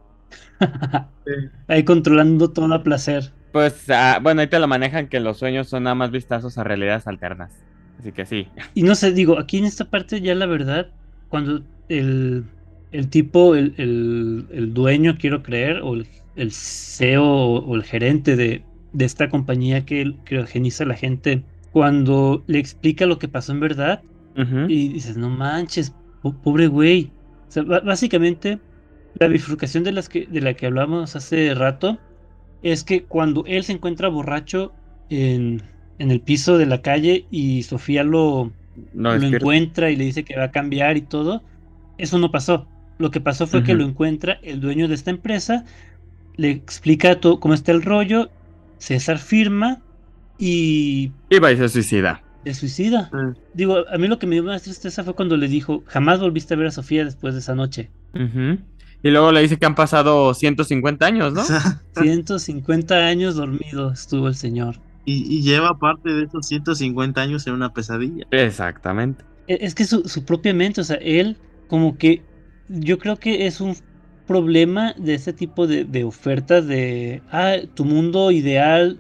Ahí controlando todo a placer. Pues, bueno, ahí te lo manejan que los sueños son nada más vistazos a realidades alternas. Así que sí. Y no sé, digo, aquí en esta parte ya la verdad, cuando el tipo, el dueño, quiero creer, o el CEO o el gerente de esta compañía que criogeniza a la gente, cuando le explica lo que pasó en verdad, y dices, no manches, pobre güey. O sea, básicamente, la bifurcación de la que hablamos hace rato es que cuando él se encuentra borracho en el piso de la calle y Sofía lo encuentra y le dice que va a cambiar y todo, eso no pasó. Lo que pasó fue que lo encuentra el dueño de esta empresa, le explica todo cómo está el rollo, César firma y va y se suicida. Se suicida. Digo, a mí lo que me dio más tristeza fue cuando le dijo, jamás volviste a ver a Sofía después de esa noche. Y luego le dice que han pasado 150 años, ¿no? 150 años dormido estuvo el señor. Y lleva parte de esos 150 años en una pesadilla. Exactamente. Es que su propia mente, o sea, él como que yo creo que es un problema de este tipo de ofertas de tu mundo ideal,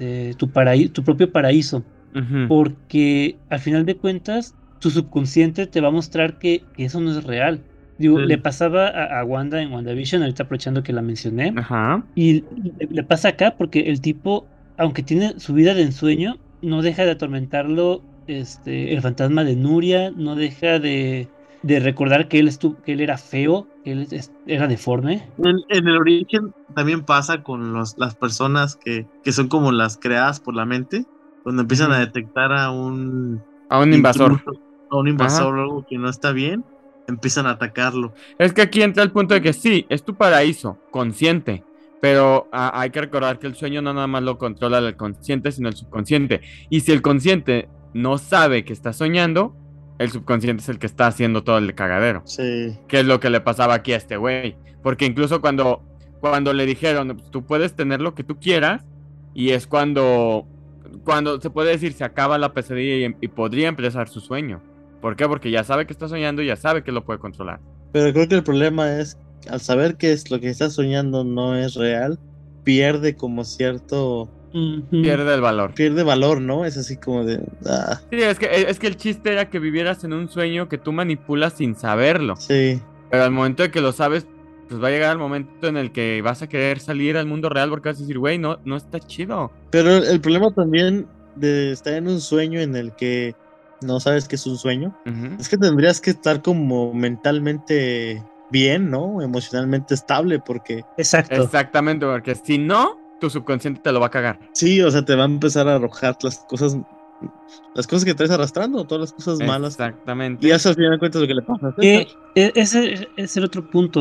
tu propio paraíso. Porque al final de cuentas tu subconsciente te va a mostrar que eso no es real. Digo, le pasaba a Wanda en WandaVision, ahorita aprovechando que la mencioné. Y le pasa acá porque el tipo, aunque tiene su vida de ensueño, no deja de atormentarlo el fantasma de Nuria, no deja de recordar que él era feo, que él era deforme. En el origen también pasa con las personas que son como las creadas por la mente, cuando empiezan a detectar a un invasor. A un invasor o algo que no está bien, empiezan a atacarlo. Es que aquí entra el punto de que sí, es tu paraíso, consciente, pero hay que recordar que el sueño no nada más lo controla el consciente, sino el subconsciente. Y si el consciente no sabe que está soñando, el subconsciente es el que está haciendo todo el cagadero. Sí. Que es lo que le pasaba aquí a este güey. Porque incluso cuando le dijeron, tú puedes tener lo que tú quieras, y es cuando se puede decir, se acaba la pesadilla y podría empezar su sueño. ¿Por qué? Porque ya sabe que está soñando y ya sabe que lo puede controlar. Pero creo que el problema es, al saber que lo que está soñando no es real, pierde como cierto... Pierde el valor. Pierde valor, ¿no? Es así como de... Sí, es que el chiste era que vivieras en un sueño que tú manipulas sin saberlo. Sí. Pero al momento de que lo sabes, pues va a llegar el momento en el que vas a querer salir al mundo real porque vas a decir, güey, no está chido. Pero el problema también de estar en un sueño en el que no sabes que es un sueño, es que tendrías que estar como mentalmente bien, ¿no? Emocionalmente estable, porque... Exacto. Exactamente, porque si no, tu subconsciente te lo va a cagar. Sí, o sea, te va a empezar a arrojar las cosas que traes arrastrando, todas las cosas malas. Exactamente. Y eso al final de cuentas es lo que le pasa a César. Ese es el otro punto.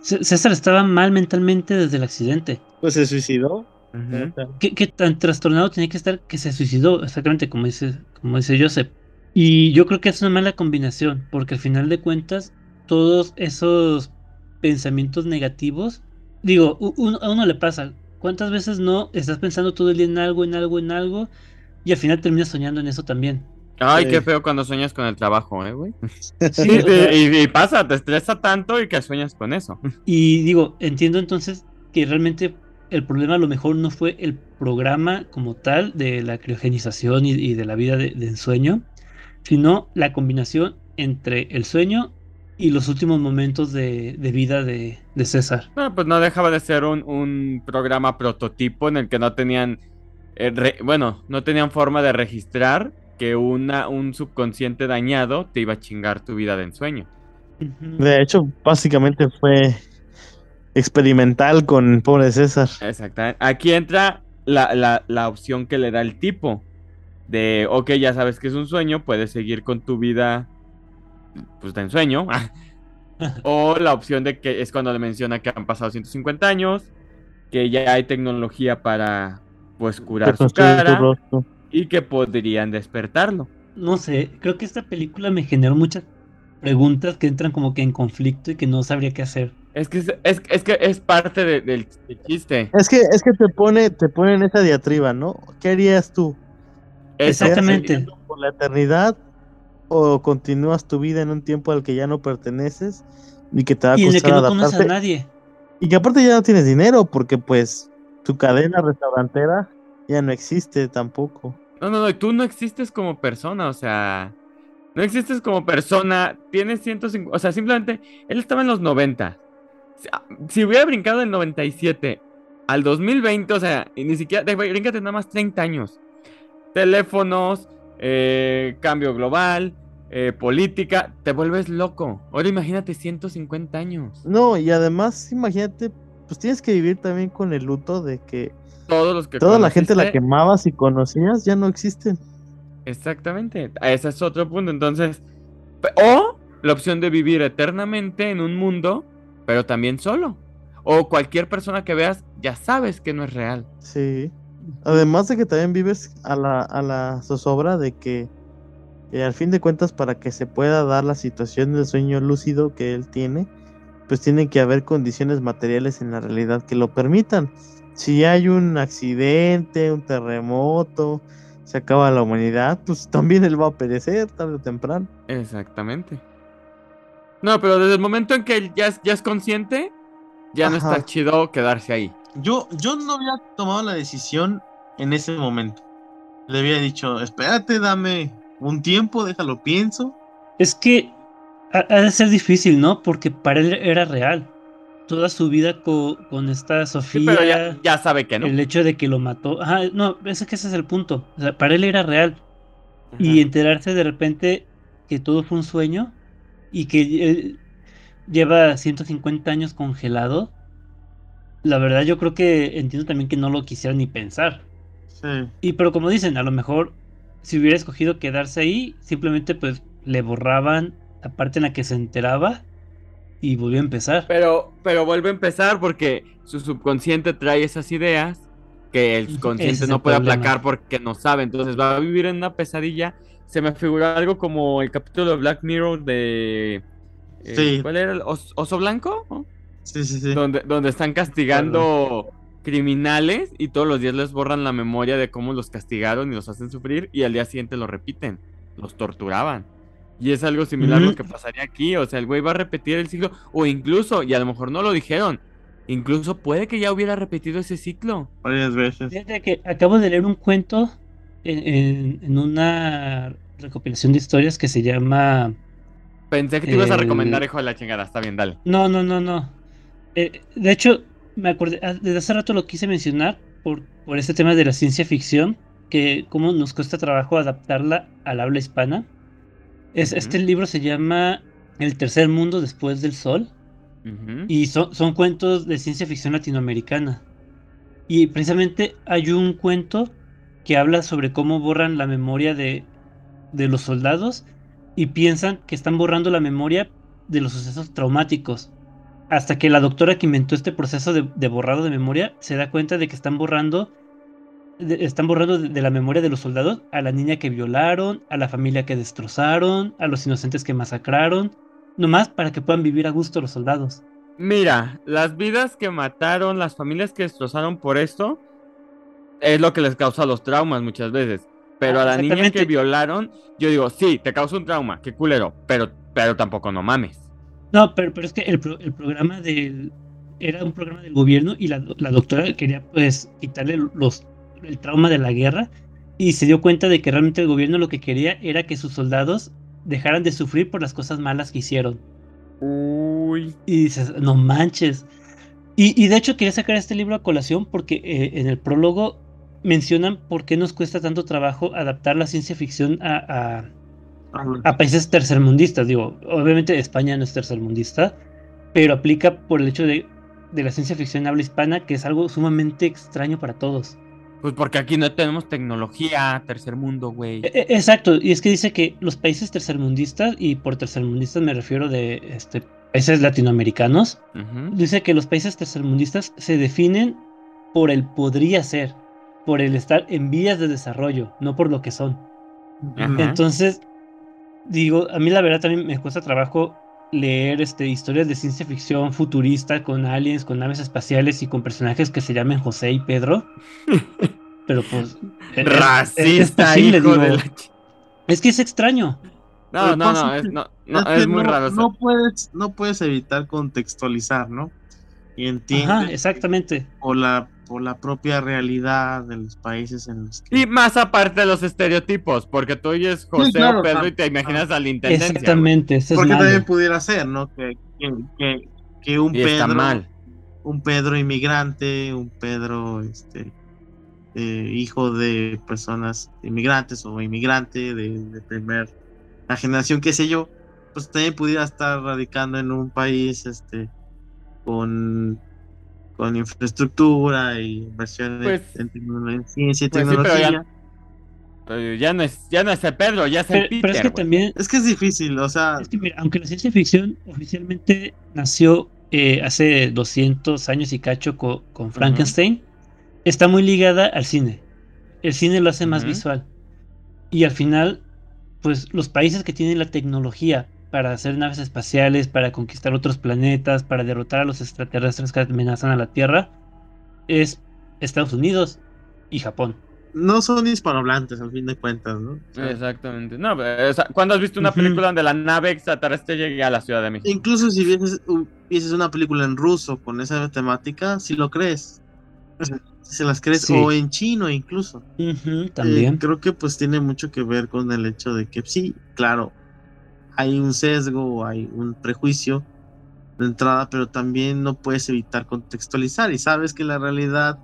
César estaba mal mentalmente desde el accidente. Pues se suicidó. Ujú. ¿Qué tan trastornado tenía que estar que se suicidó? Exactamente como dice Joseph. Y yo creo que es una mala combinación, porque al final de cuentas, todos esos pensamientos negativos, digo, a uno le pasa, ¿cuántas veces no estás pensando todo el día en algo, en algo, en algo, y al final terminas soñando en eso también? Ay, qué Sí. feo cuando sueñas con el trabajo, güey. Sí, o sea, Y pasa, te estresa tanto y que sueñas con eso. y digo, entiendo entonces que realmente el problema a lo mejor no fue el programa como tal de la criogenización y de la vida de ensueño, sino la combinación entre el sueño y los últimos momentos de vida de César. No, pues no dejaba de ser un programa prototipo en el que no tenían, bueno, no tenían forma de registrar que un subconsciente dañado te iba a chingar tu vida de ensueño. Ujú. De hecho, básicamente fue experimental con pobre César. Exactamente. Aquí entra la opción que le da el tipo de, ok, ya sabes que es un sueño, puedes seguir con tu vida, pues de ensueño. O la opción de que es cuando le menciona que han pasado 150 años, que ya hay tecnología para, pues, curar su Reconstruir su cara rostro. y que podrían despertarlo. No sé, creo que esta película me generó muchas preguntas que entran como que en conflicto y que no sabría qué hacer. Es que es parte del chiste. Es que te pone en esa diatriba, ¿no? ¿Qué harías tú? ¿Te Eso. quedas Exactamente. viviendo por la eternidad o continúas tu vida en un tiempo al que ya no perteneces y que te va a Y en el que costar no conoces a adaptarte? nadie. Y que aparte ya no tienes dinero porque pues tu cadena restaurantera ya no existe tampoco. No, y tú no existes como persona, o sea, no existes como persona, tienes 150, o sea, simplemente, él estaba en los 90. Si hubiera brincado del 97 al 2020, o sea, y ni siquiera, bríncate nada más 30 años. Teléfonos, cambio global, política, te vuelves loco. Ahora imagínate 150 años. No, y además imagínate, pues tienes que vivir también con el luto de que Todos los que toda la gente a la que conociste, amabas y conocías ya no existen. exactamente. Ese es otro punto. Entonces, o la opción de vivir eternamente en un mundo, pero también solo. O cualquier persona que veas, ya sabes que no es real. Sí. Además de que también vives a la zozobra de que al fin de cuentas para que se pueda dar la situación del sueño lúcido que él tiene, pues tiene que haber condiciones materiales en la realidad que lo permitan. Si hay un accidente, un terremoto, se acaba la humanidad, pues también él va a perecer tarde o temprano. Exactamente. No, pero desde el momento en que él ya es consciente, ya no está Ajá. chido quedarse ahí. Yo no había tomado la decisión en ese momento. Le había dicho, espérate, dame un tiempo, déjalo pienso. Es que ha de ser difícil, ¿no? Porque para él era real. Toda su vida con esta Sí, pero Sofía, ya sabe que no. el hecho de que lo mató. Ajá, no, es que ese es el punto. O sea, para él era real. Y Ajá. enterarse de repente que todo fue un sueño y que él lleva 150 años congelado, la verdad yo creo que entiendo también que no lo quisiera ni pensar. Sí. Y pero como dicen, a lo mejor si hubiera escogido quedarse ahí, simplemente pues le borraban la parte en la que se enteraba y volvió a empezar. Pero vuelve a empezar porque su subconsciente trae esas ideas que el Ujú, ese consciente es el no puede problema. aplacar porque no sabe. Entonces va a vivir en una pesadilla. Se me figuró algo como el capítulo de Black Mirror de... Sí, ¿cuál era? ¿El Oso Blanco? ¿No? sí, sí, sí. Donde están Bueno, castigando criminales y todos los días les borran la memoria de cómo los castigaron y los hacen sufrir y al día siguiente lo repiten, los torturaban. Y es algo similar lo Ujú. que pasaría aquí, o sea, el güey va a repetir el ciclo o incluso, y a lo mejor no lo dijeron, incluso puede que ya hubiera repetido ese ciclo. varias veces. Fíjate que acabo de leer un cuento en una recopilación de historias que se llama Pensé que te ibas a recomendar, el... hijo de la chingada, está bien, dale. No, no, no, no. De hecho, me acordé, desde hace rato lo quise mencionar por este tema de la ciencia ficción, que cómo nos cuesta trabajo adaptarla al habla hispana. Este Ujú, libro se llama El tercer mundo después del sol ujú. y son cuentos de ciencia ficción latinoamericana. Y precisamente hay un cuento que habla sobre cómo borran la memoria de los soldados y piensan que están borrando la memoria de los sucesos traumáticos. hasta que la doctora que inventó este proceso de borrado de memoria se da cuenta de que están borrando de la memoria de los soldados a la niña que violaron, a la familia que destrozaron, a los inocentes que masacraron, nomás para que puedan vivir a gusto los soldados. Mira, las vidas que mataron, las familias que destrozaron por esto, es lo que les causa los traumas muchas veces. Pero a la niña que Exactamente. violaron, yo digo, sí, te causa un trauma, qué culero, pero tampoco no mames. No, pero es que el programa era un programa del gobierno y la doctora quería pues quitarle el trauma de la guerra y se dio cuenta de que realmente el gobierno lo que quería era que sus soldados dejaran de sufrir por las cosas malas que hicieron. Uy. Y dices, no manches. Y de hecho quería sacar este libro a colación porque en el prólogo mencionan por qué nos cuesta tanto trabajo adaptar la ciencia ficción a países tercermundistas. Digo, obviamente España no es tercermundista, pero aplica por el hecho de la ciencia ficción en habla hispana, que es algo sumamente extraño para todos. Pues porque aquí no tenemos tecnología, tercer mundo, güey. Exacto, y es que dice que los países tercermundistas, y por tercermundistas me refiero de países latinoamericanos, dice que los países tercermundistas se definen por el podría ser, por el estar en vías de desarrollo, no por lo que son. Ajá. Entonces, digo, a mí la verdad también me cuesta trabajo leer historias de ciencia ficción futurista con aliens, con naves espaciales y con personajes que se llamen José y Pedro. Pero pues es Racista, posible, hijo digo. de la Es que es extraño. Es muy raro. No puedes evitar contextualizar, ¿no? Y entiendes. Ajá, exactamente. Por la propia realidad de los países en los que... Y más aparte de los estereotipos, porque tú oyes José claro, o Pedro y te imaginas al intendencia. Exactamente, eso es Porque malo. también pudiera ser, ¿no? Que un Y está Pedro, mal. un Pedro inmigrante, un Pedro hijo de personas inmigrantes o inmigrante de primera generación, qué sé yo, pues también pudiera estar radicando en un país con infraestructura y inversiones en ciencia y tecnología. Sí, pero ya no es el Pedro, ya es el Peter. Pero es que también... Es que es difícil, o sea... Es que mira, aunque la ciencia ficción oficialmente nació hace 200 años y cacho con Frankenstein, está muy ligada al cine. El cine lo hace más visual. Y al final, pues los países que tienen la tecnología para hacer naves espaciales, para conquistar otros planetas, para derrotar a los extraterrestres que amenazan a la Tierra, es Estados Unidos y Japón. No son hispanohablantes, al fin de cuentas, ¿no? O sea, exactamente. No, ¿cuándo has visto una película donde la nave extraterrestre llegue a la Ciudad de México? Incluso si vieses una película en ruso con esa temática, si lo crees. Si se las crees, Sí. o en chino incluso. También. Creo que pues tiene mucho que ver con el hecho de que sí, claro, hay un sesgo, hay un prejuicio de entrada, pero también no puedes evitar contextualizar y sabes que la realidad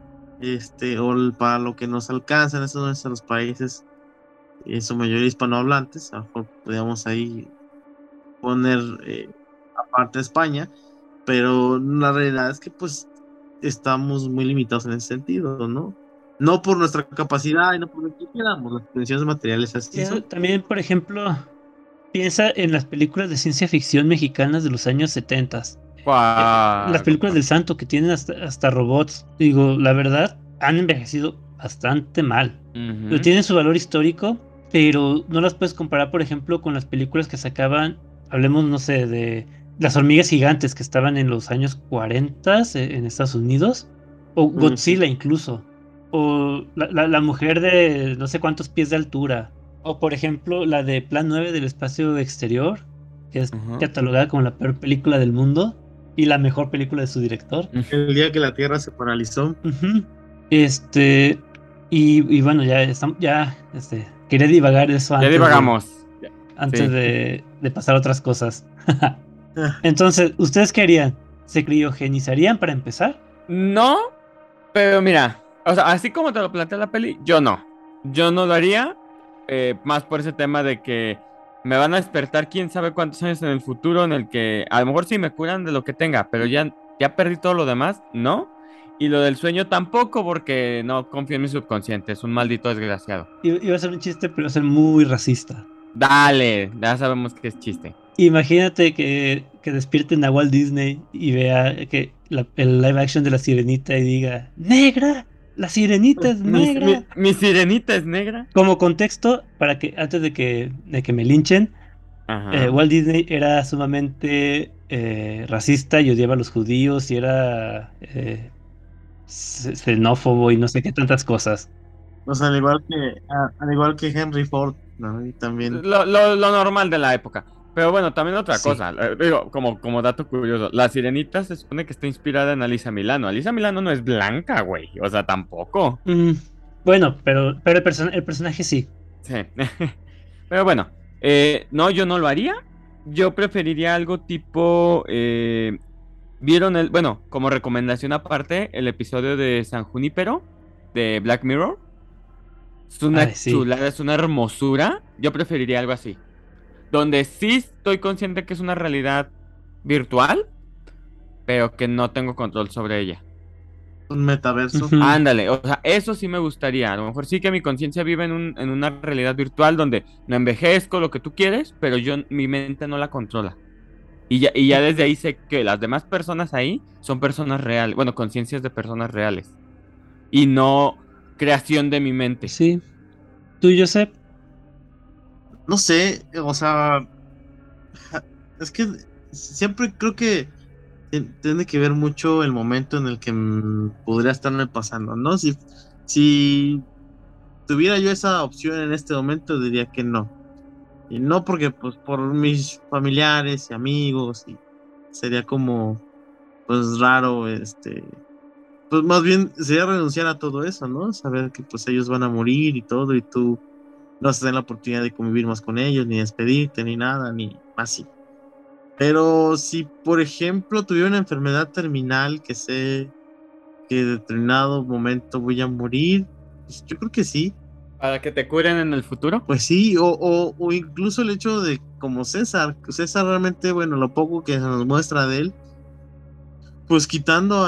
o para lo que nos alcanza en estos nuestros países, en su mayoría hispanohablantes, a lo mejor podríamos ahí poner aparte de España, pero la realidad es que pues estamos muy limitados en ese sentido, ¿no? No por nuestra capacidad y no por lo que queramos, las condiciones materiales así son. También, por ejemplo, piensa en las películas de ciencia ficción mexicanas de los años 70. Las películas del Santo que tienen hasta robots, digo, la verdad, han envejecido bastante mal. Tienen su valor histórico, pero no las puedes comparar, por ejemplo, con las películas que sacaban, hablemos, no sé, de las hormigas gigantes que estaban en los años 40 en Estados Unidos, o Godzilla incluso, o la mujer de no sé cuántos pies de altura, o por ejemplo la de Plan 9 del espacio exterior, que es catalogada como la peor película del mundo y la mejor película de su director. El día que la Tierra se paralizó. Y bueno, quería divagar eso antes. Ya divagamos. Antes de pasar a otras cosas. Entonces, ¿ustedes qué harían? ¿Se criogenizarían para empezar? No, pero mira, o sea, así como te lo plantea la peli, yo no lo haría, más por ese tema de que me van a despertar quién sabe cuántos años en el futuro, en el que a lo mejor sí me curan de lo que tenga, pero ya perdí todo lo demás, ¿no? Y lo del sueño tampoco, porque no confío en mi subconsciente, es un maldito desgraciado. Iba a ser un chiste, pero iba a ser muy racista. Dale, ya sabemos que es chiste. Imagínate que despierten a Walt Disney y vea que el live action de la Sirenita y diga, ¡Negra! ¡La Sirenita es negra! Mi sirenita es negra. Como contexto, para que antes de que me linchen, Ajá. Walt Disney era sumamente racista y odiaba a los judíos y era xenófobo y no sé qué tantas cosas. O sea, al igual que Henry Ford, ¿no? Y también, Lo normal de la época. Pero bueno, también otra Sí. cosa, digo, como dato curioso, la sirenita se supone que está inspirada en Alisa Milano. Alisa Milano no es blanca, güey, o sea, tampoco. Mm, bueno, pero el personaje sí. Sí. Pero bueno, no, yo no lo haría. Yo preferiría algo tipo, ¿vieron bueno, como recomendación aparte, el episodio de San Junípero de Black Mirror? Es Ay, una sí. chulada, es una hermosura. Yo preferiría algo así. Donde sí estoy consciente que es una realidad virtual, pero que no tengo control sobre ella. un metaverso. Ujú. Ándale, o sea, eso sí me gustaría. A lo mejor sí que mi conciencia vive en una realidad virtual donde no envejezco lo que tú quieres, pero mi mente no la controla. Y ya desde ahí sé que las demás personas ahí son personas reales, bueno, conciencias de personas reales. Y no creación de mi mente. Sí. ¿Tú, Joseph? No sé, o sea, es que siempre creo que tiene que ver mucho el momento en el que podría estarme pasando, ¿no? Si tuviera yo esa opción en este momento, diría que no. Y no porque, pues, por mis familiares y amigos, y sería como, pues, raro, pues, más bien sería renunciar a todo eso, ¿no? Saber que, pues, ellos van a morir y todo, y tú no vas a tener la oportunidad de convivir más con ellos, ni despedirte, ni nada, ni así. Pero si, por ejemplo, tuviera una enfermedad terminal que sé que en determinado momento voy a morir, pues yo creo que sí. Para que te curen en el futuro. Pues sí, o incluso el hecho de como César realmente, bueno, lo poco que se nos muestra de él, pues quitando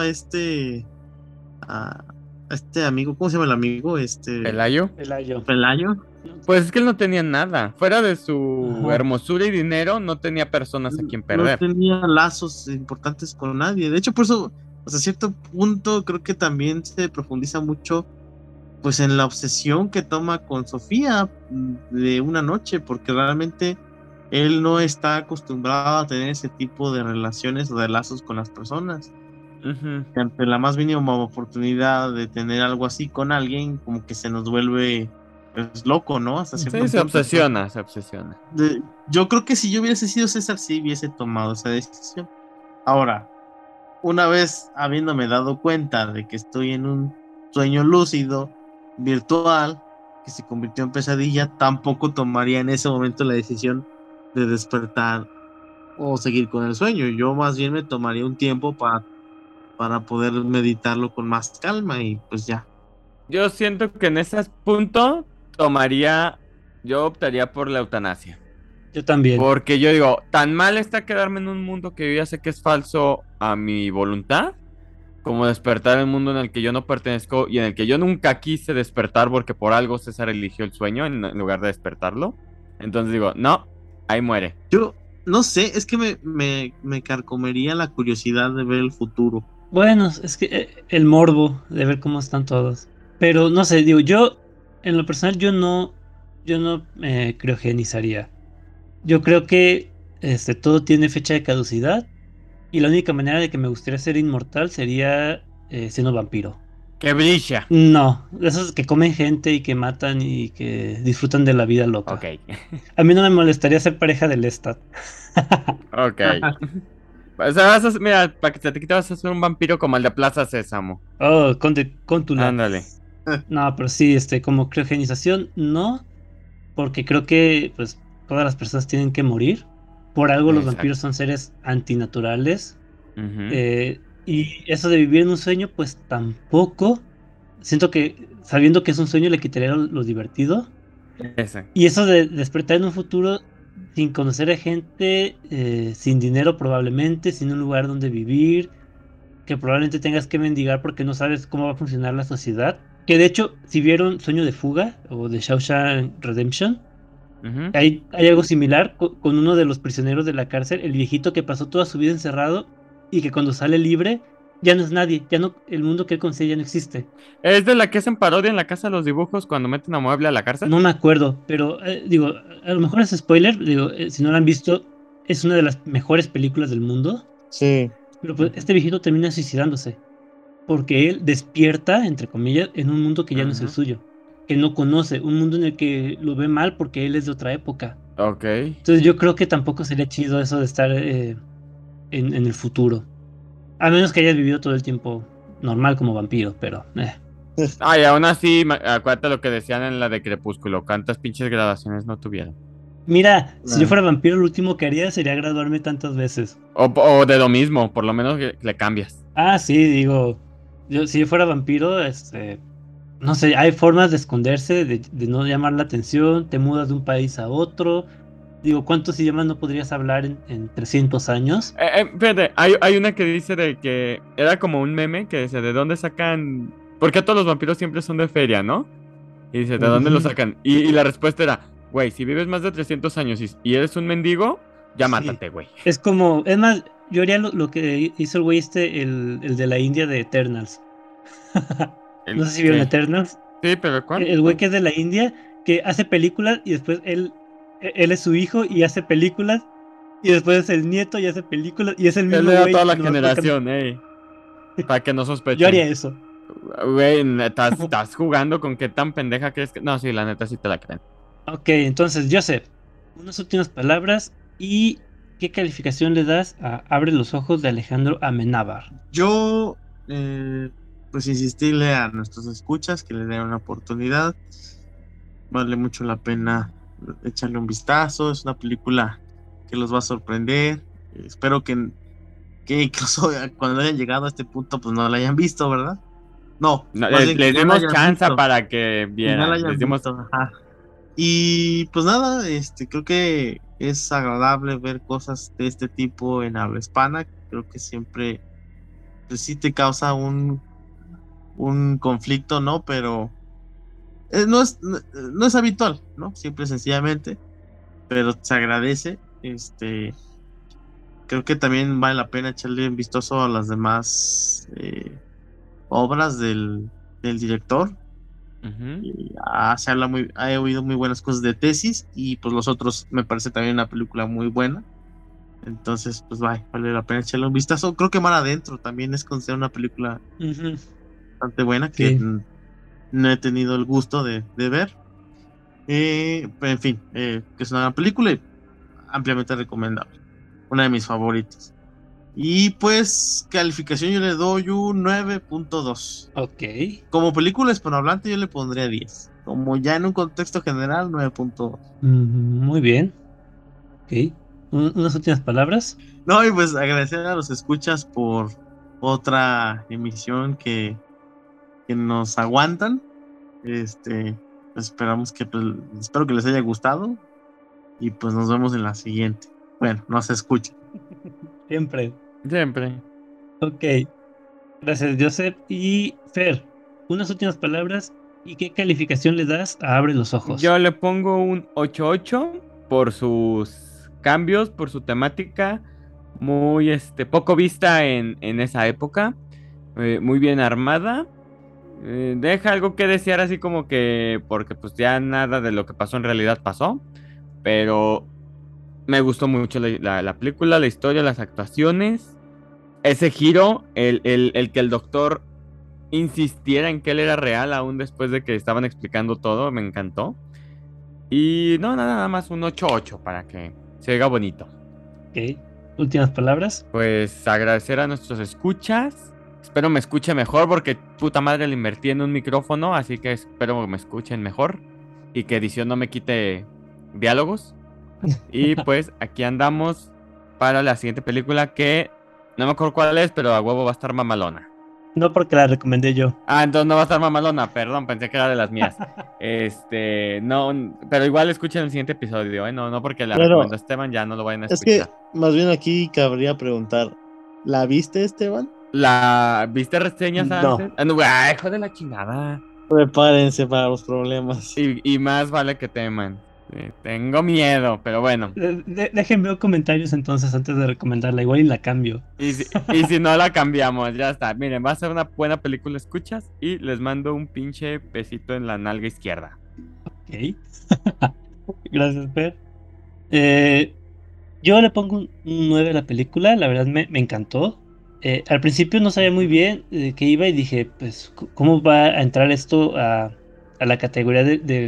a este amigo, ¿cómo se llama el amigo? Pelayo. Pelayo. Pelayo. Pues es que él no tenía nada. Fuera de su Ajá. hermosura y dinero, no tenía personas a quien No perder. tenía lazos importantes con nadie. De hecho, por eso, hasta cierto punto, creo que también se profundiza mucho pues en la obsesión que toma con Sofía de una noche, porque realmente él no está acostumbrado a tener ese tipo de relaciones o de lazos con las personas. Ujú. Y ante la más mínima oportunidad de tener algo así con alguien, como que se nos vuelve pues, loco, ¿no? Hasta cierto Sí, se punto. obsesiona, se obsesiona. Yo creo que si yo hubiese sido César, sí hubiese tomado esa decisión. Ahora, una vez habiéndome dado cuenta de que estoy en un sueño lúcido, virtual, que se convirtió en pesadilla, tampoco tomaría en ese momento la decisión de despertar o seguir con el sueño. Yo más bien me tomaría un tiempo para poder meditarlo con más calma y pues ya. Yo siento que en ese punto yo optaría por la eutanasia. Yo también. Porque yo digo, tan mal está quedarme en un mundo que yo ya sé que es falso a mi voluntad, como despertar en un mundo en el que yo no pertenezco y en el que yo nunca quise despertar porque por algo César eligió el sueño en lugar de despertarlo. Entonces digo, no, ahí muere. Yo no sé, es que me carcomería la curiosidad de ver el futuro. Bueno, es que el morbo de ver cómo están todos. Pero no sé, digo, yo, en lo personal, yo no criogenizaría. Yo creo que todo tiene fecha de caducidad y la única manera de que me gustaría ser inmortal sería siendo vampiro. Que brilla. No, de esos que comen gente y que matan y que disfrutan de la vida Ok, loca. A mí no me molestaría ser pareja de Lestat. ok. O sea, mira, para que te vas a hacer un vampiro como el de Plaza Sésamo. Oh, Cóntula. Ándale. No, pero sí, como criogenización, no, porque creo que pues todas las personas tienen que morir. Por algo los vampiros Exacto. son seres antinaturales. Ujú. Y eso de vivir en un sueño, pues tampoco. Siento que sabiendo que es un sueño le quitaría lo divertido. Exacto. Y eso de despertar en un futuro sin conocer a gente, sin dinero probablemente, sin un lugar donde vivir, que probablemente tengas que mendigar porque no sabes cómo va a funcionar la sociedad. Que de hecho, si vieron Sueño de Fuga o de Shawshank Redemption, Ujú. Hay algo similar con uno de los prisioneros de la cárcel, el viejito que pasó toda su vida encerrado y que cuando sale libre ya no es nadie, ya no, el mundo que él conocía ya no existe. ¿Es de la que hacen parodia en la casa de los dibujos cuando meten a Mueble a la cárcel? No me acuerdo, pero digo, a lo mejor es spoiler, digo, si no lo han visto, es una de las mejores películas del mundo, Sí. pero pues este viejito termina suicidándose, porque él despierta, entre comillas, en un mundo que ya no es el Ujú. suyo, que no conoce, un mundo en el que lo ve mal porque él es de otra época. Ok. Entonces yo creo que tampoco sería chido eso de estar en el futuro. A menos que hayas vivido todo el tiempo normal como vampiro, pero... Ay, aún así, acuérdate lo que decían en la de Crepúsculo. ¿Cuántas pinches grabaciones no tuvieron? Mira, si yo Ah. fuera vampiro, lo último que haría sería graduarme tantas veces. O de lo mismo, por lo menos que le cambias. Ah, sí, digo, si yo fuera vampiro, no sé, hay formas de esconderse, de no llamar la atención, te mudas de un país a otro. Digo, ¿cuántos idiomas no podrías hablar en 300 años? Fíjate, hay una que dice de que era como un meme que dice, ¿de dónde sacan? Porque todos los vampiros siempre son de feria, ¿no? Y dice, ¿de dónde lo Ujú. sacan? Y la respuesta era, güey, si vives más de 300 años y eres un mendigo, ya Sí. mátate, güey. Es como, es más, yo haría lo que hizo el güey el de la India de Eternals. No ¿El sé si vieron qué? Eternals. Sí, pero ¿cuál? El güey ¿Cuál? que es de la India, que hace películas y después él es su hijo y hace películas. Y después es el nieto y hace películas. Y es el Él mismo le da güey, toda la nomás porque generación, para que no yo haría sospechen. eso. Güey, estás jugando con qué tan pendeja crees que... No, sí, la neta sí te la creen. Ok, entonces, Joseph, unas últimas palabras. ¿Y qué calificación le das a Abre los ojos de Alejandro Amenábar? Yo, pues insistirle a nuestros escuchas que le den una oportunidad. Vale mucho la pena echarle un vistazo. Es una película que los va a sorprender. Espero que incluso cuando hayan llegado a este punto, pues no la hayan visto, ¿verdad? No, No, más bien que les ya la dimos hayan chance visto. para que Que ya la vieran. Les hayan dimos... visto, ajá. Y pues nada, creo que es agradable ver cosas de este tipo en habla hispana. Creo que siempre, pues sí te causa un conflicto, ¿no? Pero no es habitual, ¿no? Simple y sencillamente, pero se agradece. Creo que también vale la pena echarle un vistazo a las demás obras del director. Ujú. He oído muy buenas cosas de Tesis y pues los otros me parece también una película muy buena. Entonces, pues vale la pena echarle un vistazo. Creo que Mar Adentro también es considerada una película Ujú, bastante buena que sí. no he tenido el gusto de ver. Pero en fin, que es una gran película y ampliamente recomendable. Una de mis favoritas. Y pues, calificación yo le doy un 9.2. Ok. Como película hispanohablante yo le pondría 10. Como ya en un contexto general, 9.2. Muy bien. Ok. Unas últimas palabras. No, y pues agradecer a los escuchas por otra emisión que nos aguantan. Esperamos que, pues, espero que les haya gustado. Y pues nos vemos en la siguiente. Bueno, nos escuchan. Siempre. Siempre. Ok. Gracias, Joseph. Y Fer, unas últimas palabras. ¿Y qué calificación le das a Abre los ojos? Yo le pongo un 8-8 por sus cambios, por su temática, muy poco vista en esa época, muy bien armada. Deja algo que desear así como que, porque pues ya nada de lo que pasó en realidad pasó, pero me gustó mucho la película, la historia, las actuaciones, ese giro, el que el doctor insistiera en que él era real aún después de que estaban explicando todo, me encantó. Y no, nada más un 8-8 para que se oiga bonito. Ok. Últimas palabras. Pues agradecer a nuestros escuchas. Espero me escuche mejor porque puta madre le invertí en un micrófono, así que espero que me escuchen mejor y que edición no me quite diálogos. Y pues aquí andamos para la siguiente película que no me acuerdo cuál es, pero a huevo va a estar mamalona. No porque la recomendé yo. Ah, entonces no va a estar mamalona, perdón, pensé que era de las mías. No, pero igual escuchen el siguiente episodio, ¿eh? No porque la Claro, recomendó Esteban, ya no lo vayan a es que escuchar. más bien aquí cabría preguntar, ¿la viste, Esteban? ¿Viste reseñas No. antes? Ah, no, hijo de la chingada. Prepárense para los problemas. Y más vale que teman. Tengo miedo, pero bueno. Déjenme comentarios entonces antes de recomendarla. Igual y la cambio. Y si no la cambiamos, ya está. Miren, va a ser una buena película, escuchas, y les mando un pinche besito en la nalga izquierda. Ok. Gracias, Per. Eh, yo le pongo un 9 a la película. La verdad me encantó. Al principio no sabía muy bien de qué iba y dije, pues, ¿cómo va a entrar esto a la categoría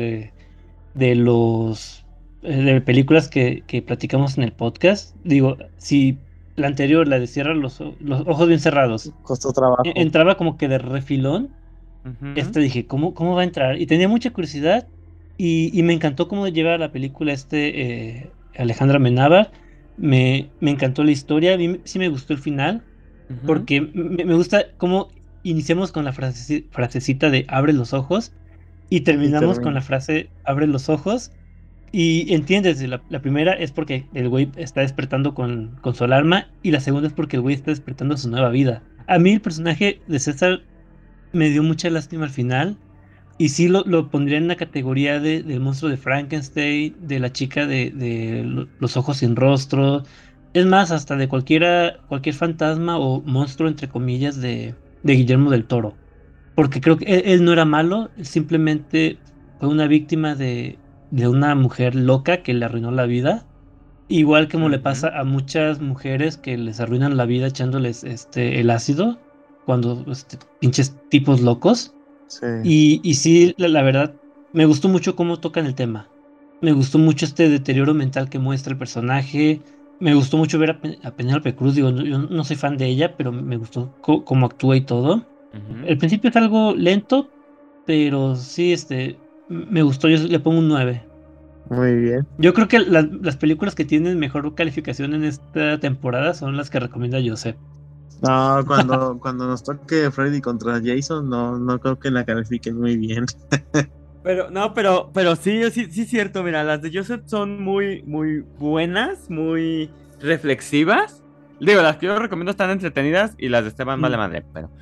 de los de películas que platicamos en el podcast? Digo, si la anterior, la de Cierra los ojos bien cerrados, Costó trabajo. entraba como que de refilón, Ujú. dije, ¿cómo va a entrar? Y tenía mucha curiosidad y me encantó cómo lleva la película Alejandra Amenábar. Me encantó la historia, a mí sí me gustó el final, Ujú. porque me gusta cómo iniciamos con la frasecita de abre los ojos y Y terminamos con termina. la frase abre los ojos. Y entiendes, la primera es porque el güey está despertando con su alarma y la segunda es porque el güey está despertando su nueva vida. A mí el personaje de César me dio mucha lástima al final y sí lo pondría en la categoría del monstruo de Frankenstein, de la chica de los ojos sin rostro, es más, hasta de cualquier fantasma o monstruo entre comillas de Guillermo del Toro. Porque creo que él no era malo, él simplemente fue una víctima de una mujer loca que le arruinó la vida. Igual como le pasa Ujú. a muchas mujeres que les arruinan la vida echándoles el ácido, cuando pinches tipos locos. Sí. Y sí, la verdad, me gustó mucho cómo tocan el tema. Me gustó mucho este deterioro mental que muestra el personaje. Me gustó mucho ver a Penélope Cruz. Digo, yo no soy fan de ella, pero me gustó cómo actúa y todo. Ujú. El principio es algo lento, pero sí, me gustó. Yo le pongo un 9. Muy bien. Yo creo que las películas que tienen mejor calificación en esta temporada son las que recomienda Joseph. No, cuando nos toque Freddy contra Jason, no creo que la califiquen muy bien. Pero, no, pero sí es cierto, mira, las de Joseph son muy, muy buenas, muy reflexivas. Digo, las que yo recomiendo están entretenidas y las de Esteban vale Mm. madre,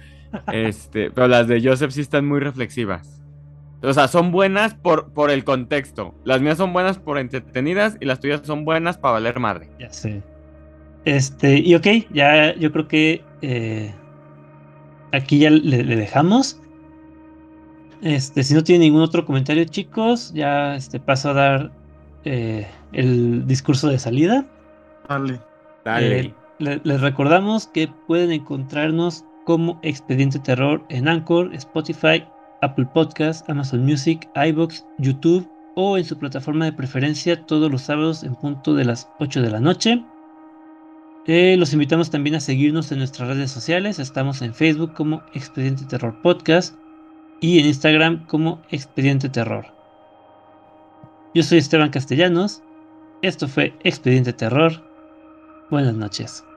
pero las de Joseph sí están muy reflexivas. O sea, son buenas por el contexto. Las mías son buenas por entretenidas y las tuyas son buenas para valer madre. Ya sé. Y ok, ya yo creo que aquí ya le dejamos. Si no tiene ningún otro comentario, chicos, ya paso a dar el discurso de salida. Vale. Dale. Les recordamos que pueden encontrarnos como Expediente Terror en Anchor, Spotify, Apple Podcasts, Amazon Music, iVoox, YouTube o en su plataforma de preferencia todos los sábados en punto de las 8 de la noche. Los invitamos también a seguirnos en nuestras redes sociales. Estamos en Facebook como Expediente Terror Podcast y en Instagram como Expediente Terror. Yo soy Esteban Castellanos. Esto fue Expediente Terror. Buenas noches.